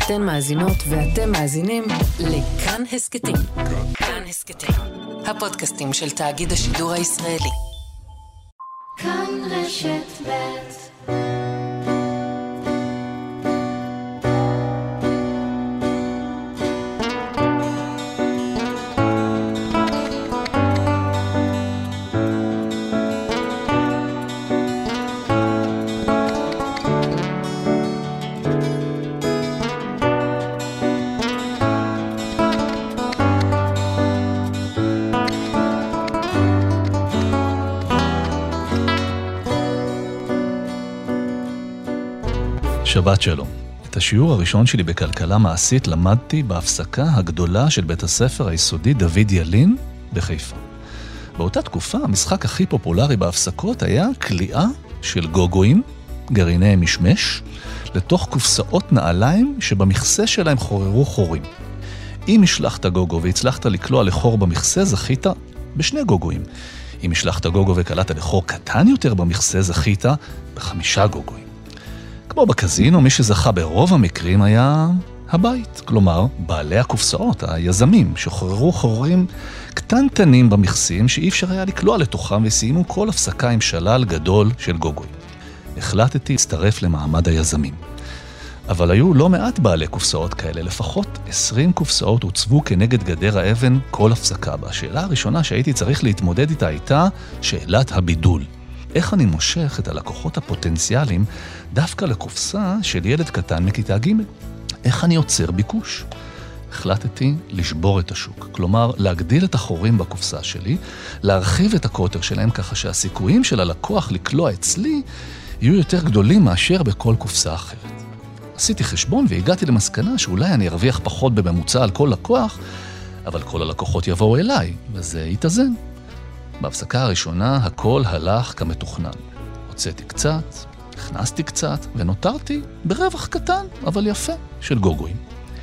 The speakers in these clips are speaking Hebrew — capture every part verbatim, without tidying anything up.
אתן מאזינות ואתם מאזינים לכאן הסקטים. כאן הסקטים, הפודקאסטים של תאגיד השידור הישראלי. כאן רשת ב'. שבת שלום. את השיעור הראשון שלי בכלכלה מעשית למדתי בהפסקה הגדולה של בית הספר היסודי דוד ילין בחיפה. באותה תקופה המשחק הכי פופולרי בהפסקות היה קליעה של גוגויים, גרעיני משמש, לתוך קופסאות נעליים שבמכסה שלהם חוררו חורים. אם השלחת גוגו והצלחת לקלוע לחור במכסה, זכית בשני גוגויים. אם השלחת גוגו וקלעת לחור קטן יותר במכסה, זכית בחמישה גוגויים. כמו בקזינו, מי שזכה ברוב המקרים היה הבית, כלומר, בעלי הקופסאות, היזמים, שחוררו חורים קטנטנים במכסים שאי אפשר היה לקלוע לתוכם, וסיימו כל הפסקה עם שלל גדול של גוגוי. החלטתי להצטרף למעמד היזמים. אבל היו לא מעט בעלי קופסאות כאלה, לפחות עשרים קופסאות הוצבו כנגד גדר האבן כל הפסקה. והשאלה הראשונה שהייתי צריך להתמודד איתה הייתה שאלת הבידול. איך אני מושך את הלקוחות הפוטנציאליים דווקא לקופסה של ילד קטן מכיתה ג'? איך אני יוצר ביקוש? החלטתי לשבור את השוק, כלומר להגדיל את החורים בקופסה שלי, להרחיב את הקוטר שלהם ככה שהסיכויים של הלקוח לקלוע אצלי יהיו יותר גדולים מאשר בכל קופסה אחרת. עשיתי חשבון והגעתי למסקנה שאולי אני ארוויח פחות בממוצע על כל לקוח, אבל כל הלקוחות יבואו אליי, וזה יתאזן. בהפסקה הראשונה הכל הלך כמתוכנן. הוצאתי קצת, הכנסתי קצת, ונותרתי ברווח קטן, אבל יפה, של גוגויים.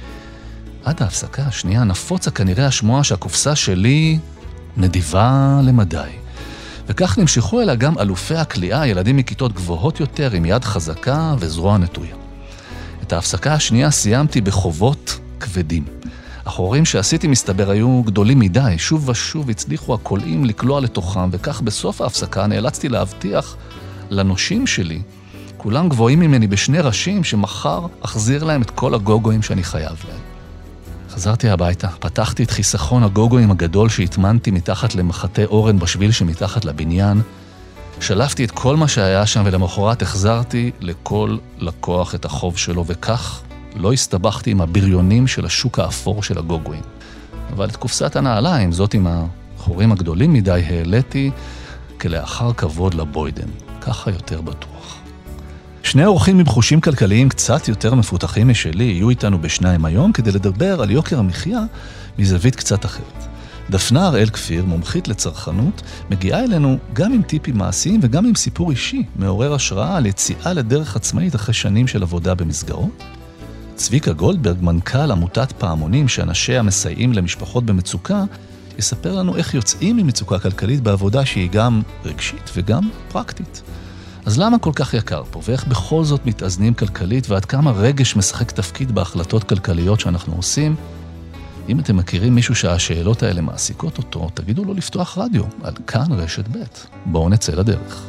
עד ההפסקה השנייה נפוצה כנראה השמועה שהקופסה שלי נדיבה למדי. וכך נמשכו אליה גם אלופי הקליעה, ילדים מכיתות גבוהות יותר, עם יד חזקה וזרוע נטויה. את ההפסקה השנייה סיימתי בחובות כבדים. החורים שעשיתי מסתבר היו גדולים מדי, שוב ושוב הצליחו הקולעים לקלוע לתוכם, וכך בסוף ההפסקה נאלצתי להבטיח לנושים שלי, כולם גבוהים ממני בשני ראשים, שמחר אחזיר להם את כל הגוגויים שאני חייב להם. חזרתי הביתה, פתחתי את חיסכון הגוגויים הגדול שהתמנתי מתחת למחטה אורן בשביל שמתחת לבניין, שלפתי את כל מה שהיה שם, ולמחרת החזרתי לכל לקוח את החוב שלו, וכך לא הסתבכתי עם הבריונים של השוק האפור של הגוגויים. אבל את קופסת הנעליים, זאת עם החורים הגדולים מדי, העליתי כלאחר כבוד לבוידן. ככה יותר בטוח. שני אורחים עם חושים כלכליים קצת יותר מפותחים משלי יהיו איתנו בשניים היום כדי לדבר על יוקר המחיה מזווית קצת אחרת. דפנה הראל כפיר, מומחית לצרכנות, מגיעה אלינו גם עם טיפים מעשיים וגם עם סיפור אישי, מעורר השראה על יציאה לדרך עצמאית אחרי שנים של עבודה במסגרות. צביקה גולדברג, מנכ"ל עמותת פעמונים שאנשיה מסייעים למשפחות במצוקה, יספר לנו איך יוצאים ממצוקה כלכלית בעבודה שהיא גם רגשית וגם פרקטית. אז למה כל כך יקר פה, ואיך בכל זאת מתאזנים כלכלית, ועד כמה רגש משחק תפקיד בהחלטות כלכליות שאנחנו עושים? אם אתם מכירים מישהו שהשאלות האלה מעסיקות אותו, תגידו לו לפתוח רדיו על כאן רשת ב'. בואו נצא לדרך.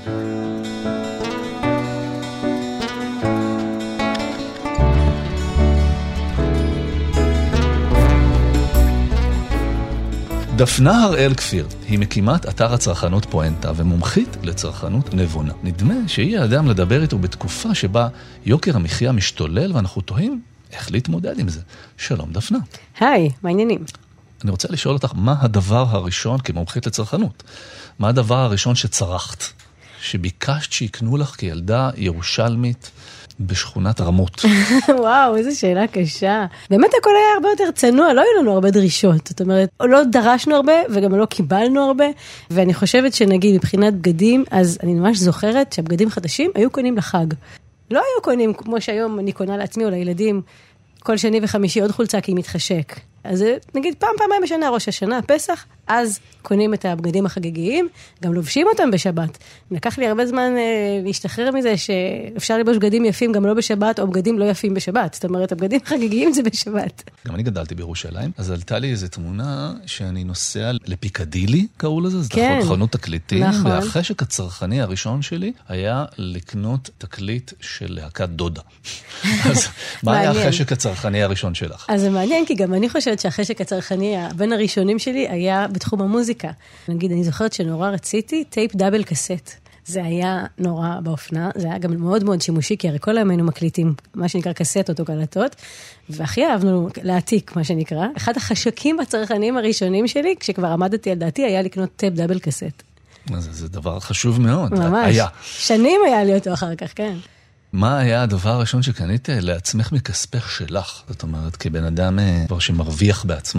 דפנה הראל כפיר היא מקימת אתר הצרכנות פואנטה ומומחית לצרכנות נבונה. נדמה שהיא האדם לדבר איתו בתקופה שבה יוקר המחיה משתולל, ואנחנו תוהים איך להתמודד עם זה. שלום דפנה. היי, מה העניינים? אני רוצה לשאול אותך, מה הדבר הראשון כמומחית לצרכנות? מה הדבר הראשון שצרכת? שביקשת שיקנו לך כילדה ירושלמית בשכונת רמות? וואו, איזו שאלה קשה. באמת הכל היה הרבה יותר צנוע, לא היו לנו הרבה דרישות. זאת אומרת, לא דרשנו הרבה וגם לא קיבלנו הרבה. ואני חושבת שנגיד מבחינת בגדים, אז אני ממש זוכרת שהבגדים חדשים היו קונים לחג. לא היו קונים כמו שהיום אני קונה לעצמי או לילדים כל שני וחמישי עוד חולצה כי היא מתחשק. אז נגיד פעם, פעמיים בשנה, ראש השנה, פסח, אז קונים את הבגדים החגיגיים, גם לובשים אותם בשבת. לקח לי הרבה זמן אה, להשתחרר מזה שאפשר לבוש בגדים יפים גם לא בשבת, או בגדים לא יפים בשבת. זאת אומרת, הבגדים החגיגיים זה בשבת. גם אני גדלתי בירושלים, אז עלתה לי איזו תמונה שאני נוסע לפיקדילי, קראו לזה, זה כן, חנות תקליטים, נכון. והחשק הצרכני הראשון שלי היה לקנות תקליט של להקת דודה. אז מה היה החשק הצרכני הראשון שלך? אז זה מעניין, כי גם אני חושבת שהחשק הצרכני, בין הראשונים שלי, היה בתחום המוזיקה. נגיד, אני זוכרת שנורא רציתי טייפ דאבל קסט. זה היה נורא באופנה, זה היה גם מאוד מאוד שימושי, כי הרי כל היום היינו מקליטים, מה שנקרא קסטות או קלטות, והכי אהבנו להעתיק, מה שנקרא. אחד החשקים הצרכניים הראשונים שלי, כשכבר עמדתי על דעתי, היה לקנות טייפ דאבל קסט. זה, זה דבר חשוב מאוד. ממש. היה. שנים היה לי אותו אחר כך, כן. מה היה הדבר הראשון שקנית לעצמך מכספך שלך? זאת אומרת, כבן אדם כבר שמרוויח בעצמו.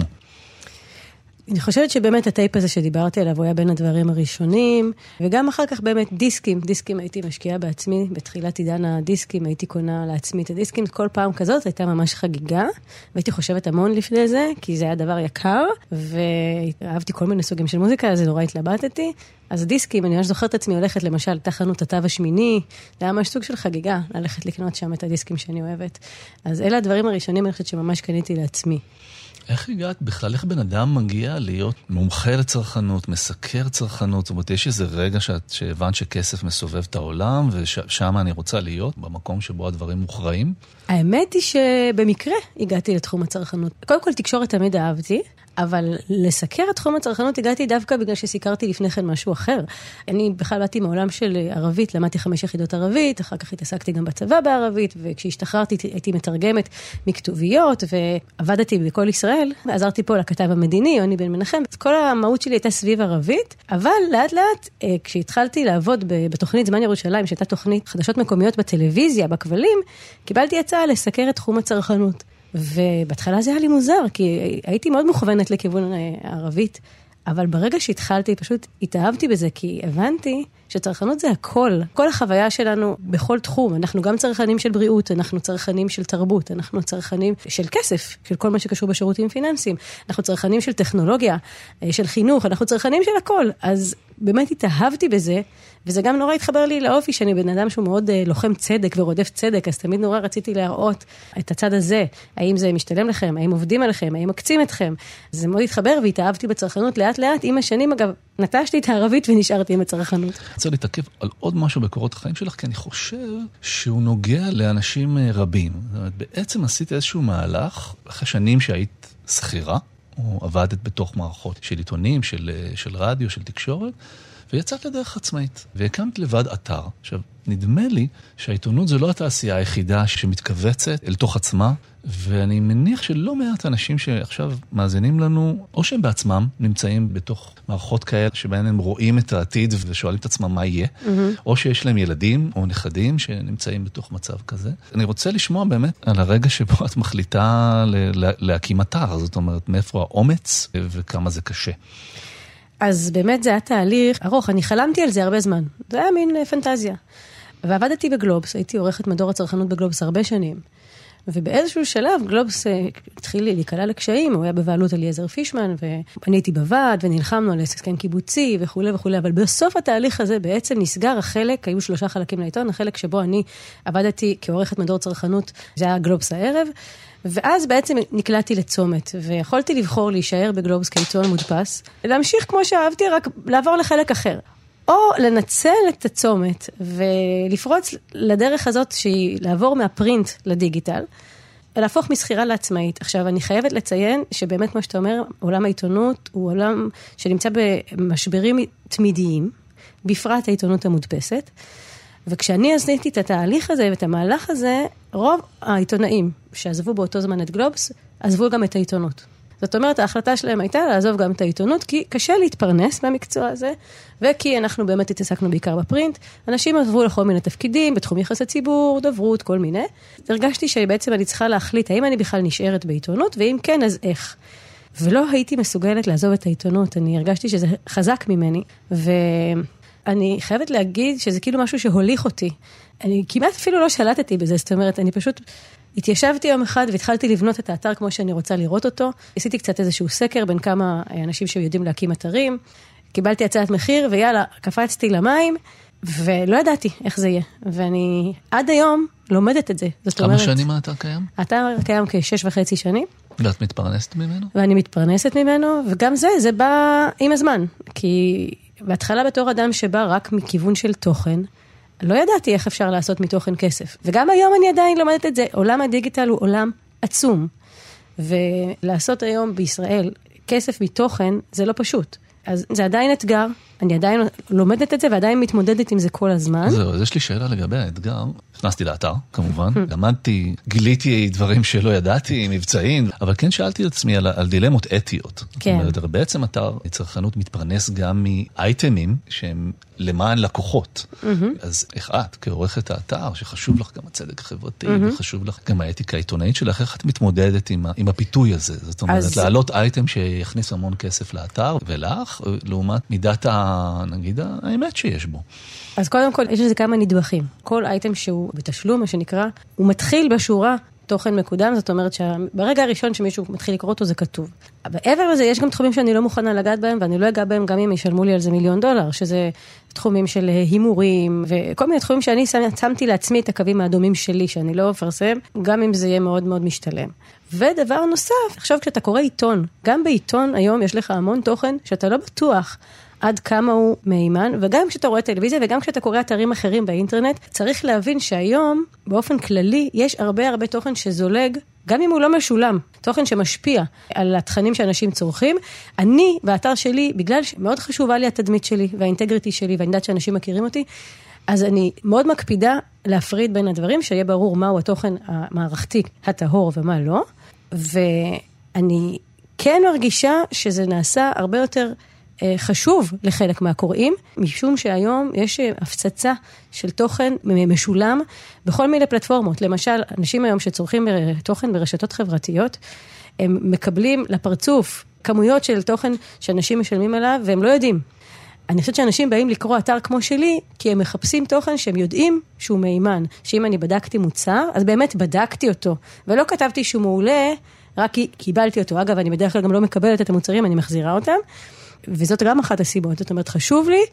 אני חושבת שבאמת הטייפ הזה שדיברתי עליו, הוא היה בין הדברים הראשונים, וגם אחר כך באמת דיסקים, דיסקים הייתי משקיעה בעצמי, בתחילת עידן הדיסקים הייתי קונה לעצמי את הדיסקים, כל פעם כזאת הייתה ממש חגיגה, והייתי חושבת המון לפני זה, כי זה היה דבר יקר, ואהבתי כל מיני סוגים של מוזיקה, אז נורא התלבטתי, אז דיסקים, אני ממש זוכרת עצמי הולכת למשל, תחנות התו השמיני, זה היה ממש סוג של חגיגה, ללכת לקנות שם את הדיסקים שאני אוהבת. אז אלה הדברים הראשונים, אני חושבת שממש קניתי לעצמי. איך הגעת בכלל, איך בן אדם מגיע להיות מומחה לצרכנות, מסקר צרכנות? זאת אומרת, יש איזה רגע שאת, שהבנת שכסף מסובב את העולם, ושם אני רוצה להיות, במקום שבו הדברים מוכרעים? האמת היא שבמקרה הגעתי לתחום הצרכנות. קודם כל, תקשורת תמיד אהבתי, אבל לסקר את תחום הצרכנות הגעתי דווקא בגלל שסיקרתי לפני כן משהו אחר. אני בכלל באתי מעולם של ערבית, למדתי חמש יחידות ערבית, אחר כך התעסקתי גם בצבא בערבית, וכשהשתחררתי הייתי מתרגמת מכתוביות, ועבדתי בכל ישראל, עזרתי פה לכתב המדיני, יוני בן מנחם, אז כל המהות שלי הייתה סביב ערבית, אבל לאט לאט, כשהתחלתי לעבוד בתוכנית זמן ירושלים, שהייתה תוכנית חדשות מקומיות בטלוויזיה, בכבלים, קיבלתי הצעה לסקר את תחום הצרכנות. ובהתחלה זה היה לי מוזר, כי הייתי מאוד מוכוונת לכיוון הערבית, אבל ברגע שהתחלתי, פשוט התאהבתי בזה, כי הבנתי שצרכנות זה הכל. כל החוויה שלנו בכל תחום. אנחנו גם צרכנים של בריאות, אנחנו צרכנים של תרבות, אנחנו צרכנים של כסף, של כל מה שקשור בשירותים פיננסיים, אנחנו צרכנים של טכנולוגיה, של חינוך, אנחנו צרכנים של הכל. אז באמת התאהבתי בזה, וזה גם נורא התחבר לי לאופי, שאני בן אדם שהוא מאוד לוחם צדק ורודף צדק, אז תמיד נורא רציתי להראות את הצד הזה, האם זה משתלם לכם, האם עובדים עליכם, האם מקצים אתכם. זה מאוד התחבר והתאהבתי בצרכנות לאט לאט, עם השנים אגב, נטשתי את הערבית ונשארתי עם הצרכנות. אני רוצה להתעכב על עוד משהו בקורות החיים שלך, כי אני חושב שהוא נוגע לאנשים רבים. זאת אומרת, בעצם עשית איזשהו מהלך, אחרי שנים שהיית שכירה, או עבדת בתוך מערכות של עיתונים, של, של רדיו, של תקשורת, ויצאת לדרך עצמאית, והקמת לבד אתר. עכשיו, נדמה לי שהעיתונות זו לא התעשייה היחידה שמתכווצת אל תוך עצמה, ואני מניח שלא מעט אנשים שעכשיו מאזינים לנו, או שהם בעצמם נמצאים בתוך מערכות כאלה, שבהן הם רואים את העתיד ושואלים את עצמם מה יהיה, mm-hmm. או שיש להם ילדים או נכדים שנמצאים בתוך מצב כזה. אני רוצה לשמוע באמת על הרגע שבו את מחליטה להקים אתר, זאת אומרת, מאיפה האומץ וכמה זה קשה. אז באמת זה היה תהליך ארוך, אני חלמתי על זה הרבה זמן. זה היה מין פנטזיה. ועבדתי בגלובס, הייתי עורכת מדור הצרכנות בגלובס הרבה שנים. ובאיזשהו שלב גלובס התחיל לי להיקלע לקשיים, הוא היה בבעלות אליעזר פישמן, ואני הייתי בוועד, ונלחמנו על הסכם קיבוצי וכו' וכו', אבל בסוף התהליך הזה בעצם נסגר החלק, היו שלושה חלקים לעיתון, החלק שבו אני עבדתי כעורכת מדור צרכנות, זה היה גלובס הערב, ואז בעצם נקלעתי לצומת, ויכולתי לבחור להישאר בגלובס כעיתון מודפס, להמשיך כמו שאהבתי, רק לעבור לחלק אחר. או לנצל את הצומת, ולפרוץ לדרך הזאת שהיא לעבור מהפרינט לדיגיטל, להפוך מסחירה לעצמאית. עכשיו, אני חייבת לציין שבאמת מה שאתה אומר, עולם העיתונות הוא עולם שנמצא במשברים תמידיים, בפרט העיתונות המודפסת, וכשאני עשיתי את התהליך הזה ואת המהלך הזה, רוב העיתונאים שעזבו באותו זמן את גלובס, עזבו גם את העיתונות. זאת אומרת, ההחלטה שלהם הייתה לעזוב גם את העיתונות, כי קשה להתפרנס מהמקצוע הזה, וכי אנחנו באמת התעסקנו בעיקר בפרינט, אנשים עזבו לכל מיני תפקידים, בתחום יחס הציבור, דוברות, כל מיני. הרגשתי שבעצם אני צריכה להחליט, האם אני בכלל נשארת בעיתונות, ואם כן, אז איך. ולא הייתי מסוגלת לעזוב את העיתונות, אני הרגשתי שזה חזק ממני, ואני חייבת להגיד שזה כאילו משהו שהוליך אותי. אני כמעט אפילו לא שלטתי בזה, זאת אומרת, אני פשוט התיישבתי יום אחד והתחלתי לבנות את האתר כמו שאני רוצה לראות אותו. עשיתי קצת איזשהו סקר בין כמה אנשים שיודעים להקים אתרים. קיבלתי הצעת מחיר ויאללה, קפצתי למים ולא ידעתי איך זה יהיה. ואני עד היום לומדת את זה. זאת כמה אומרת, שנים האתר קיים? האתר קיים כשש וחצי שנים. ואת מתפרנסת ממנו? ואני מתפרנסת ממנו, וגם זה, זה בא עם הזמן. כי בהתחלה בתור אדם שבא רק מכיוון של תוכן, לא ידעתי איך אפשר לעשות מתוכן כסף. וגם היום אני עדיין לומדת את זה. עולם הדיגיטל הוא עולם עצום. ולעשות היום בישראל כסף מתוכן, זה לא פשוט. אז זה עדיין אתגר, אני עדיין לומדת את זה, ועדיין מתמודדת עם זה כל הזמן. זהו, אז יש לי שאלה לגבי האתגר. נכנסתי לאתר, כמובן, למדתי, גיליתי דברים שלא ידעתי, מבצעים, אבל כן שאלתי את עצמי על, על דילמות אתיות. כן. זאת אומרת, בעצם אתר צרכנות מתפרנס גם מאייטמים שהם למען לקוחות. אז איך את, כעורכת האתר, שחשוב לך גם הצדק החברתי, וחשוב לך גם האתיקה העיתונאית שלך, איך את מתמודדת עם, עם הפיתוי הזה? זאת אומרת, אז... להעלות אייטם שיכניס המון כסף לאתר, ולך, לעומת מידת ה... נגיד, האמת שיש בו. אז קודם כל, יש לזה כמה נדבכים. כל אייטם שהוא בתשלום, מה שנקרא, הוא מתחיל בשורה תוכן מקודם, זאת אומרת שברגע הראשון שמישהו מתחיל לקרוא אותו זה כתוב. אבל מעבר לזה, יש גם תחומים שאני לא מוכנה לגעת בהם, ואני לא אגע בהם גם אם ישלמו לי על זה מיליון דולר, שזה תחומים של הימורים, וכל מיני תחומים שאני שמתי לעצמי את הקווים האדומים שלי, שאני לא אפרסם, גם אם זה יהיה מאוד מאוד משתלם. ודבר נוסף, עכשיו כשאתה קורא עיתון, גם בעיתון היום יש לך המון תוכן שאתה לא בטוח עד כמה הוא מהימן, וגם כשאתה רואה טלוויזיה, וגם כשאתה קורא אתרים אחרים באינטרנט, צריך להבין שהיום, באופן כללי, יש הרבה הרבה תוכן שזולג, גם אם הוא לא משולם, תוכן שמשפיע על התכנים שאנשים צורכים. אני, באתר שלי, בגלל שמאוד חשובה לי התדמית שלי, והאינטגריטי שלי, ואני יודעת שאנשים מכירים אותי, אז אני מאוד מקפידה להפריד בין הדברים, שיהיה ברור מהו התוכן המערכתי, הטהור ומה לא, ואני כן מרגישה שזה נעשה הרבה יותר חשוב לחלק מהקוראים, משום שהיום יש הפצצה של תוכן משולם בכל מיני פלטפורמות. למשל, אנשים היום שצורכים תוכן ברשתות חברתיות, הם מקבלים לפרצוף כמויות של תוכן שאנשים משלמים עליו, והם לא יודעים. אני חושבת שאנשים באים לקרוא אתר כמו שלי, כי הם מחפשים תוכן שהם יודעים שהוא מהימן. שאם אני בדקתי מוצר, אז באמת בדקתי אותו, ולא כתבתי שהוא מעולה, רק כי קיבלתי אותו. אגב, אני בדרך כלל גם לא מקבלת את המוצרים, אני מחזירה אותם. וזאת גם אחת הסיבות. זאת אומרת, חשוב לי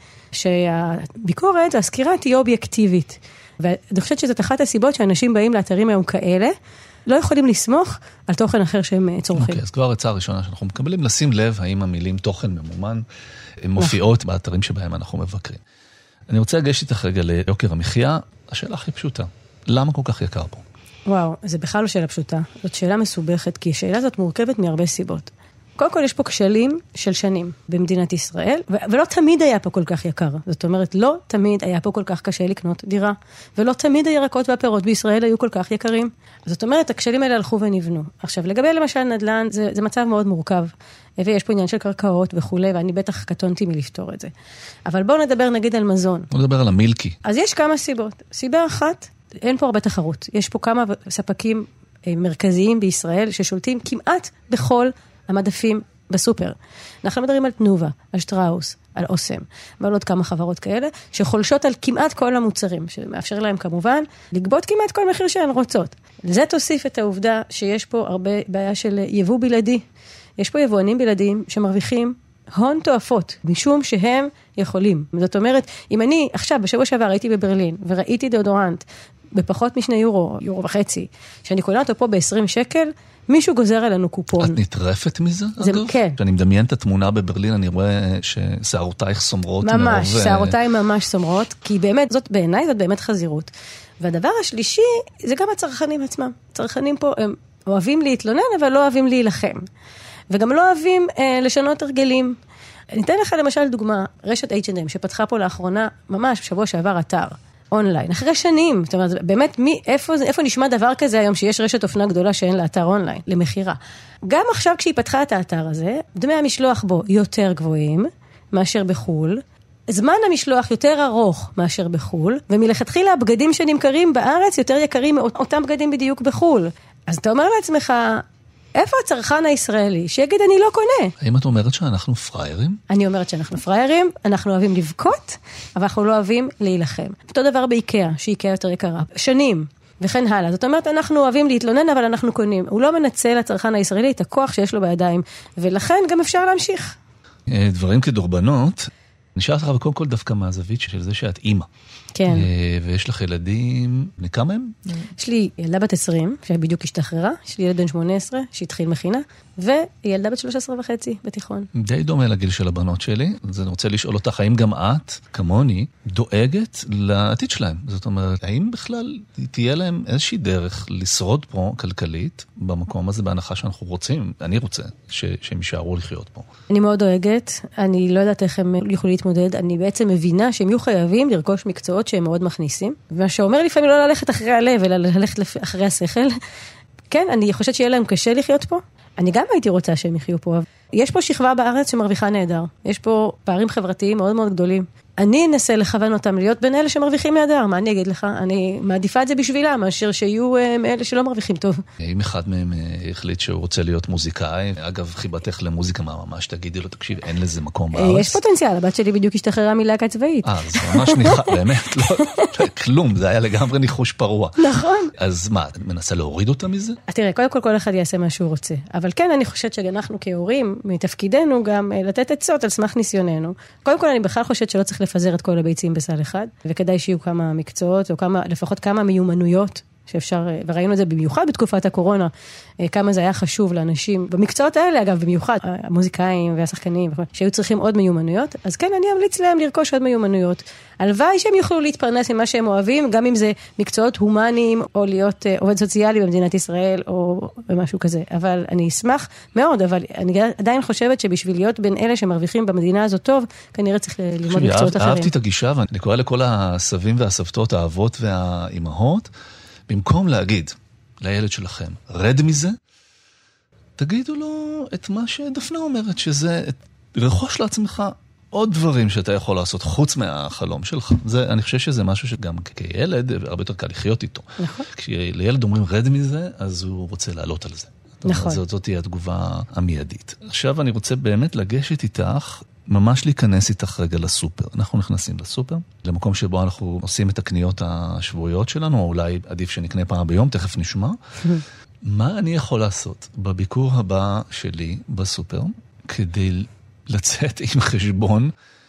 שהביקורת, הסקירה תהיה אובייקטיבית. ואני חושבת שזאת אחת הסיבות שאנשים באים לאתרים היום כאלה, לא יכולים לסמוך על תוכן אחר שהם צורכים. אוקיי, אז כבר הרצאה הראשונה שאנחנו מקבלים, לשים לב האם המילים תוכן ממומן, מופיעות באתרים שבהם אנחנו מבקרים. אני רוצה לגשת איתך רגע ליוקר המחיה, השאלה הכי פשוטה, למה כל כך יקר פה? וואו, זה בכלל לא שאלה פשוטה. זאת שאלה מסובכת, כי השאלה הזאת מורכבת מהרבה סיבות. קודם כל יש פה כשלים של שנים במדינת ישראל, ולא תמיד היה פה כל כך יקר. זאת אומרת, לא תמיד היה פה כל כך קשה לקנות דירה, ולא תמיד הירקות והפירות בישראל היו כל כך יקרים. זאת אומרת, הכשלים האלה הלכו ונבנו. עכשיו, לגבי למשל נדל"ן, זה, זה מצב מאוד מורכב, ויש פה עניין של קרקעות וכו', ואני בטח קטונתי מלפתור את זה. אבל בואו נדבר נגיד על מזון. בואו נדבר על המילקי. אז יש כמה סיבות. סיבה אחת, אין פה הרבה תחרות. יש פה כמה ספקים מרכזיים בישראל ששולטים כמעט בכל המדפים בסופר. אנחנו מדברים על תנובה, על שטראוס, על אוסם, ועל עוד כמה חברות כאלה, שחולשות על כמעט כל המוצרים, שמאפשר להם כמובן לגבות כמעט כל מחיר שהן רוצות. לזה תוסיף את העובדה שיש פה הרבה בעיה של יבוא בלעדי. יש פה יבואנים בלעדיים שמרוויחים הון תועפות, משום שהם יכולים. זאת אומרת, אם אני עכשיו בשבוע שעבר הייתי בברלין, וראיתי דאודורנט בפחות משני יורו, יורו וחצי, שאני קונה אותו פה ב-עשרים שקל, מישהו גוזר עלינו קופון. את נטרפת מזה, זה, אגב? כן. כשאני מדמיין את התמונה בברלין, אני רואה ששערותייך סומרות. ממש, מרוב... שערותיי ממש סומרות, כי באמת, זאת בעיניי, זאת באמת חזירות. והדבר השלישי, זה גם הצרכנים עצמם. הצרכנים פה, הם אוהבים להתלונן, אבל לא אוהבים להילחם. וגם לא אוהבים אה, לשנות הרגלים. אני אתן לך למשל דוגמה, רשת אייץ' אנד אם, שפתחה פה לאחרונה, ממש בשבוע שעבר אתר. אונליין, אחרי שנים, זאת אומרת, באמת, מי, איפה, איפה נשמע דבר כזה היום, שיש רשת אופנה גדולה שאין לה אתר אונליין, למחירה. גם עכשיו כשהיא פתחה את האתר הזה, דמי המשלוח בו יותר גבוהים, מאשר בחול, זמן המשלוח יותר ארוך מאשר בחול, ומלכתחילה הבגדים שנמכרים בארץ יותר יקרים מאותם בגדים בדיוק בחול. אז אתה אומר לעצמך, איפה הצרכן הישראלי שיגיד אני לא קונה? האם את אומרת שאנחנו פריירים? אני אומרת שאנחנו פריירים, אנחנו אוהבים לבכות, אבל אנחנו לא אוהבים להילחם. אותו דבר באיקאה, שאיקאה יותר יקרה. שנים וכן הלאה. זאת אומרת, אנחנו אוהבים להתלונן, אבל אנחנו קונים. הוא לא מנצל לצרכן הישראלי את הכוח שיש לו בידיים, ולכן גם אפשר להמשיך. דברים כדורבנות, נשאר לך קודם כל דווקא מהזווית של זה שאת אימא. כן. ויש לך ילדים, כמה הם? יש לי ילדה בת עשרים, שבדיוק השתחררה, יש לי ילד בן שמונה עשרה, שהתחיל מכינה, וילדה בת שלוש עשרה וחצי בתיכון. די דומה לגיל של הבנות שלי, אז אני רוצה לשאול אותך, האם גם את, כמוני, דואגת לעתיד שלהם? זאת אומרת, האם בכלל תהיה להם איזושהי דרך לשרוד פה כלכלית, במקום הזה, בהנחה שאנחנו רוצים, אני רוצה, ש- שהם יישארו לחיות פה? אני מאוד דואגת, אני לא יודעת איך הם יכולים להתמודד, אני בעצם מבינה שהם יהיו חייבים לרכוש מקצועות שהם מאוד מכניסים, ומה שאומר לפעמים לא ללכת אחרי הלב, אלא ללכת אחרי השכל. כן, אני חושבת שיהיה להם קשה לחיות פה. אני גם הייתי רוצה שהם יחיו פה. יש פה שכבה בארץ שמרוויחה נהדר. יש פה פערים חברתיים מאוד מאוד גדולים. אני אנסה לכוון אותם להיות בין אלה שמרוויחים נהדר. מה אני אגיד לך? אני מעדיפה את זה בשבילה, מאשר שיהיו אלה שלא מרוויחים טוב. אם אחד מהם החליט שהוא רוצה להיות מוזיקאי, אגב, חיבתך למוזיקה מה ממש, תגידי לו, תקשיב, אין לזה מקום בארץ. יש פוטנציאל, הבת שלי בדיוק השתחררה מלהקה צבאית. אה, זה ממש ניחש, באמת, לא, כלום, זה היה לגמרי ניחוש פרוע. נכון. אז מה, את מנסה להוריד אותה מזה? תראה, קודם כל כל אחד יעשה מה שהוא רוצה. אבל כן, אני חושבת שאנחנו כהורים, מתפקידנו גם לתת עצות על סמך ניסיוננו. קודם כל, אני בכלל חושבת שלא צריך לפזר את כל הביצים בסל אחד, וכדאי שיהיו כמה מקצועות, או כמה, לפחות כמה מיומנויות, שאפשר, וראינו את זה במיוחד בתקופת הקורונה, כמה זה היה חשוב לאנשים, במקצועות האלה, אגב, במיוחד, המוזיקאים והשחקנים, שהיו צריכים עוד מיומנויות, אז כן, אני אמליץ להם לרכוש עוד מיומנויות. הלוואי שהם יוכלו להתפרנס ממה שהם אוהבים, גם אם זה מקצועות הומניים, או להיות עובד סוציאלי במדינת ישראל, או משהו כזה. אבל אני אשמח מאוד, אבל אני עדיין חושבת שבשביל להיות בין אלה שמרוויחים במדינה הזאת טוב, כנראה צריך ללמוד מקצועות אחרים. אהבתי את הגישה, ואני קורא לכל הסבים והסבתות, האבות והאימהות, במקום להגיד לילד שלכם, רד מזה, תגידו לו את מה שדפנה אומרת, שזה לרכוש לעצמך עוד דברים שאתה יכול לעשות חוץ מהחלום שלך. זה, אני חושב שזה משהו שגם כילד הרבה יותר קל לחיות איתו. נכון. כשלילד אומרים רד מזה, אז הוא רוצה לעלות על זה. נכון. זאת, זאת תהיה התגובה המיידית. עכשיו אני רוצה באמת לגשת איתך, ממש להיכנס איתך רגע לסופר. אנחנו נכנסים לסופר, למקום שבו אנחנו עושים את הקניות השבועיות שלנו, או אולי עדיף שנקנה פעם ביום, תכף נשמע. מה אני יכול לעשות בביקור הבא שלי בסופר, כדי לצאת עם חשבון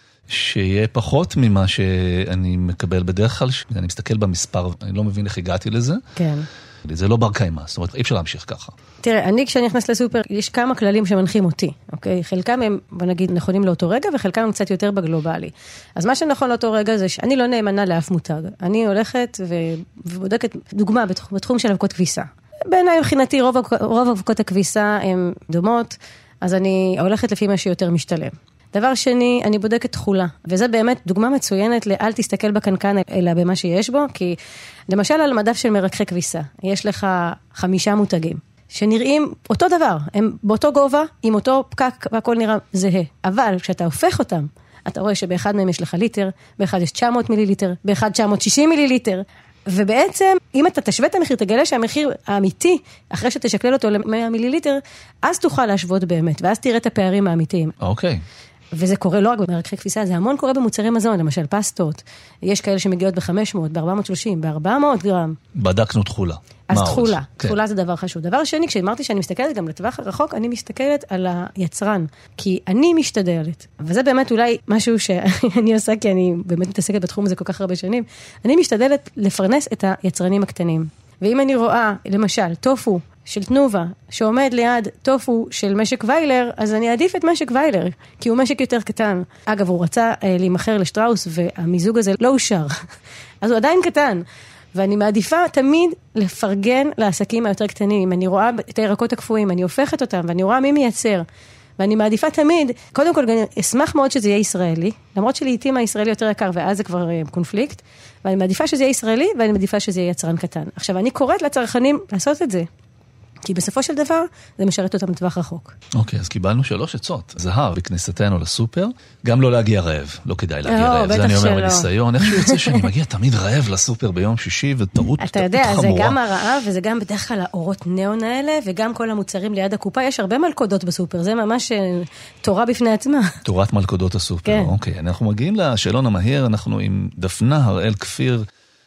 שיהיה פחות ממה שאני מקבל בדרך כלל, אני מסתכל במספר, אני לא מבין איך הגעתי לזה. כן. זה לא בר קיימא, זאת אומרת, אי אפשר להמשיך ככה. תראה, אני כשאני נכנס לסופר, יש כמה כללים שמנחים אותי, אוקיי? חלקם הם, בוא נגיד, נכונים לאותו רגע, וחלקם הם קצת יותר בגלובלי. אז מה שנכון לאותו רגע זה שאני לא נאמנה לאף מותג. אני הולכת ובודקת, דוגמה, בתחום של אבקות כביסה. בעיניי, מבחינתי, רוב, רוב אבקות הכביסה הן דומות, אז אני הולכת לפי מה שיותר משתלם. דבר שני, אני בודקת תחולה, וזה באמת דוגמה מצוינת לאל תסתכל בקנקן, אלא במה שיש בו, כי למשל על מדף של מרככי כביסה, יש לך חמישה מותגים, שנראים אותו דבר, הם באותו גובה, עם אותו פקק, והכל נראה זהה. אבל כשאתה הופך אותם, אתה רואה שבאחד מהם יש לך ליטר, באחד יש תשע מאות מיליליטר, באחד תשע מאות ושישים מיליליטר, ובעצם, אם אתה תשווה את המחיר, תגלה שהמחיר האמיתי, אחרי שתשקלל אותו ל-מאה מיליליטר, אז תוכל להשוות באמת, ואז תראה את הפערים האמיתיים. אוקיי. וזה קורה לא רק במרככי כביסה, זה המון קורה במוצרי מזון, למשל פסטות. יש כאלה שמגיעות ב-חמש מאות, ב-ארבע מאות ושלושים, ב-ארבע מאות גרם. בדקנו תחולה. אז תחולה. תחולה זה דבר חשוב. דבר שני, כשאמרתי שאני מסתכלת גם לטווח הרחוק, אני מסתכלת על היצרן. כי אני משתדלת. וזה באמת אולי משהו שאני עושה, כי אני באמת מתעסקת בתחום הזה כל כך הרבה שנים. אני משתדלת לפרנס את היצרנים הקטנים. ואם אני רואה, למשל, טופו, של תנובה, שעומד ליד טופו של משק ויילר, אז אני אעדיף את משק ויילר, כי הוא משק יותר קטן. אגב, הוא רצה אה, להימחר לשטראוס, והמיזוג הזה לא אושר. אז הוא עדיין קטן. ואני מעדיפה תמיד לפרגן לעסקים היותר קטנים. אם אני רואה את הירקות הקפואים, אני הופכת אותם, ואני רואה מי מייצר. ואני מעדיפה תמיד, קודם כל, אני אשמח מאוד שזה יהיה ישראלי, למרות שלעיתים הישראלי יותר יקר, ואז זה כבר אה, קונפליקט, ואני מעדיפה שזה יהיה ישראלי, ואני מעדיפה שזה יהיה יצרן קטן. עכשיו, אני קוראת לצרכנים לעשות את זה. כי בסופו של דבר, זה משרת אותם לטווח רחוק. אוקיי, אז קיבלנו שלוש עצות. זהר, בכניסתנו לסופר, גם לא להגיע רעב. לא כדאי להגיע רעב. זה אני אומר מניסיון. איך שיוצא שאני מגיע תמיד רעב לסופר ביום שישי, וטעות חמורה. אתה יודע, זה גם הרעב, וזה גם בדרך כלל האורות ניאון האלה, וגם כל המוצרים ליד הקופה. יש הרבה מלכודות בסופר. זה ממש תורה בפני עצמה. תורת מלכודות הסופר. אוקיי, אנחנו מגיעים לשאלון המהיר, אנחנו עם דפנה הראל כפיר,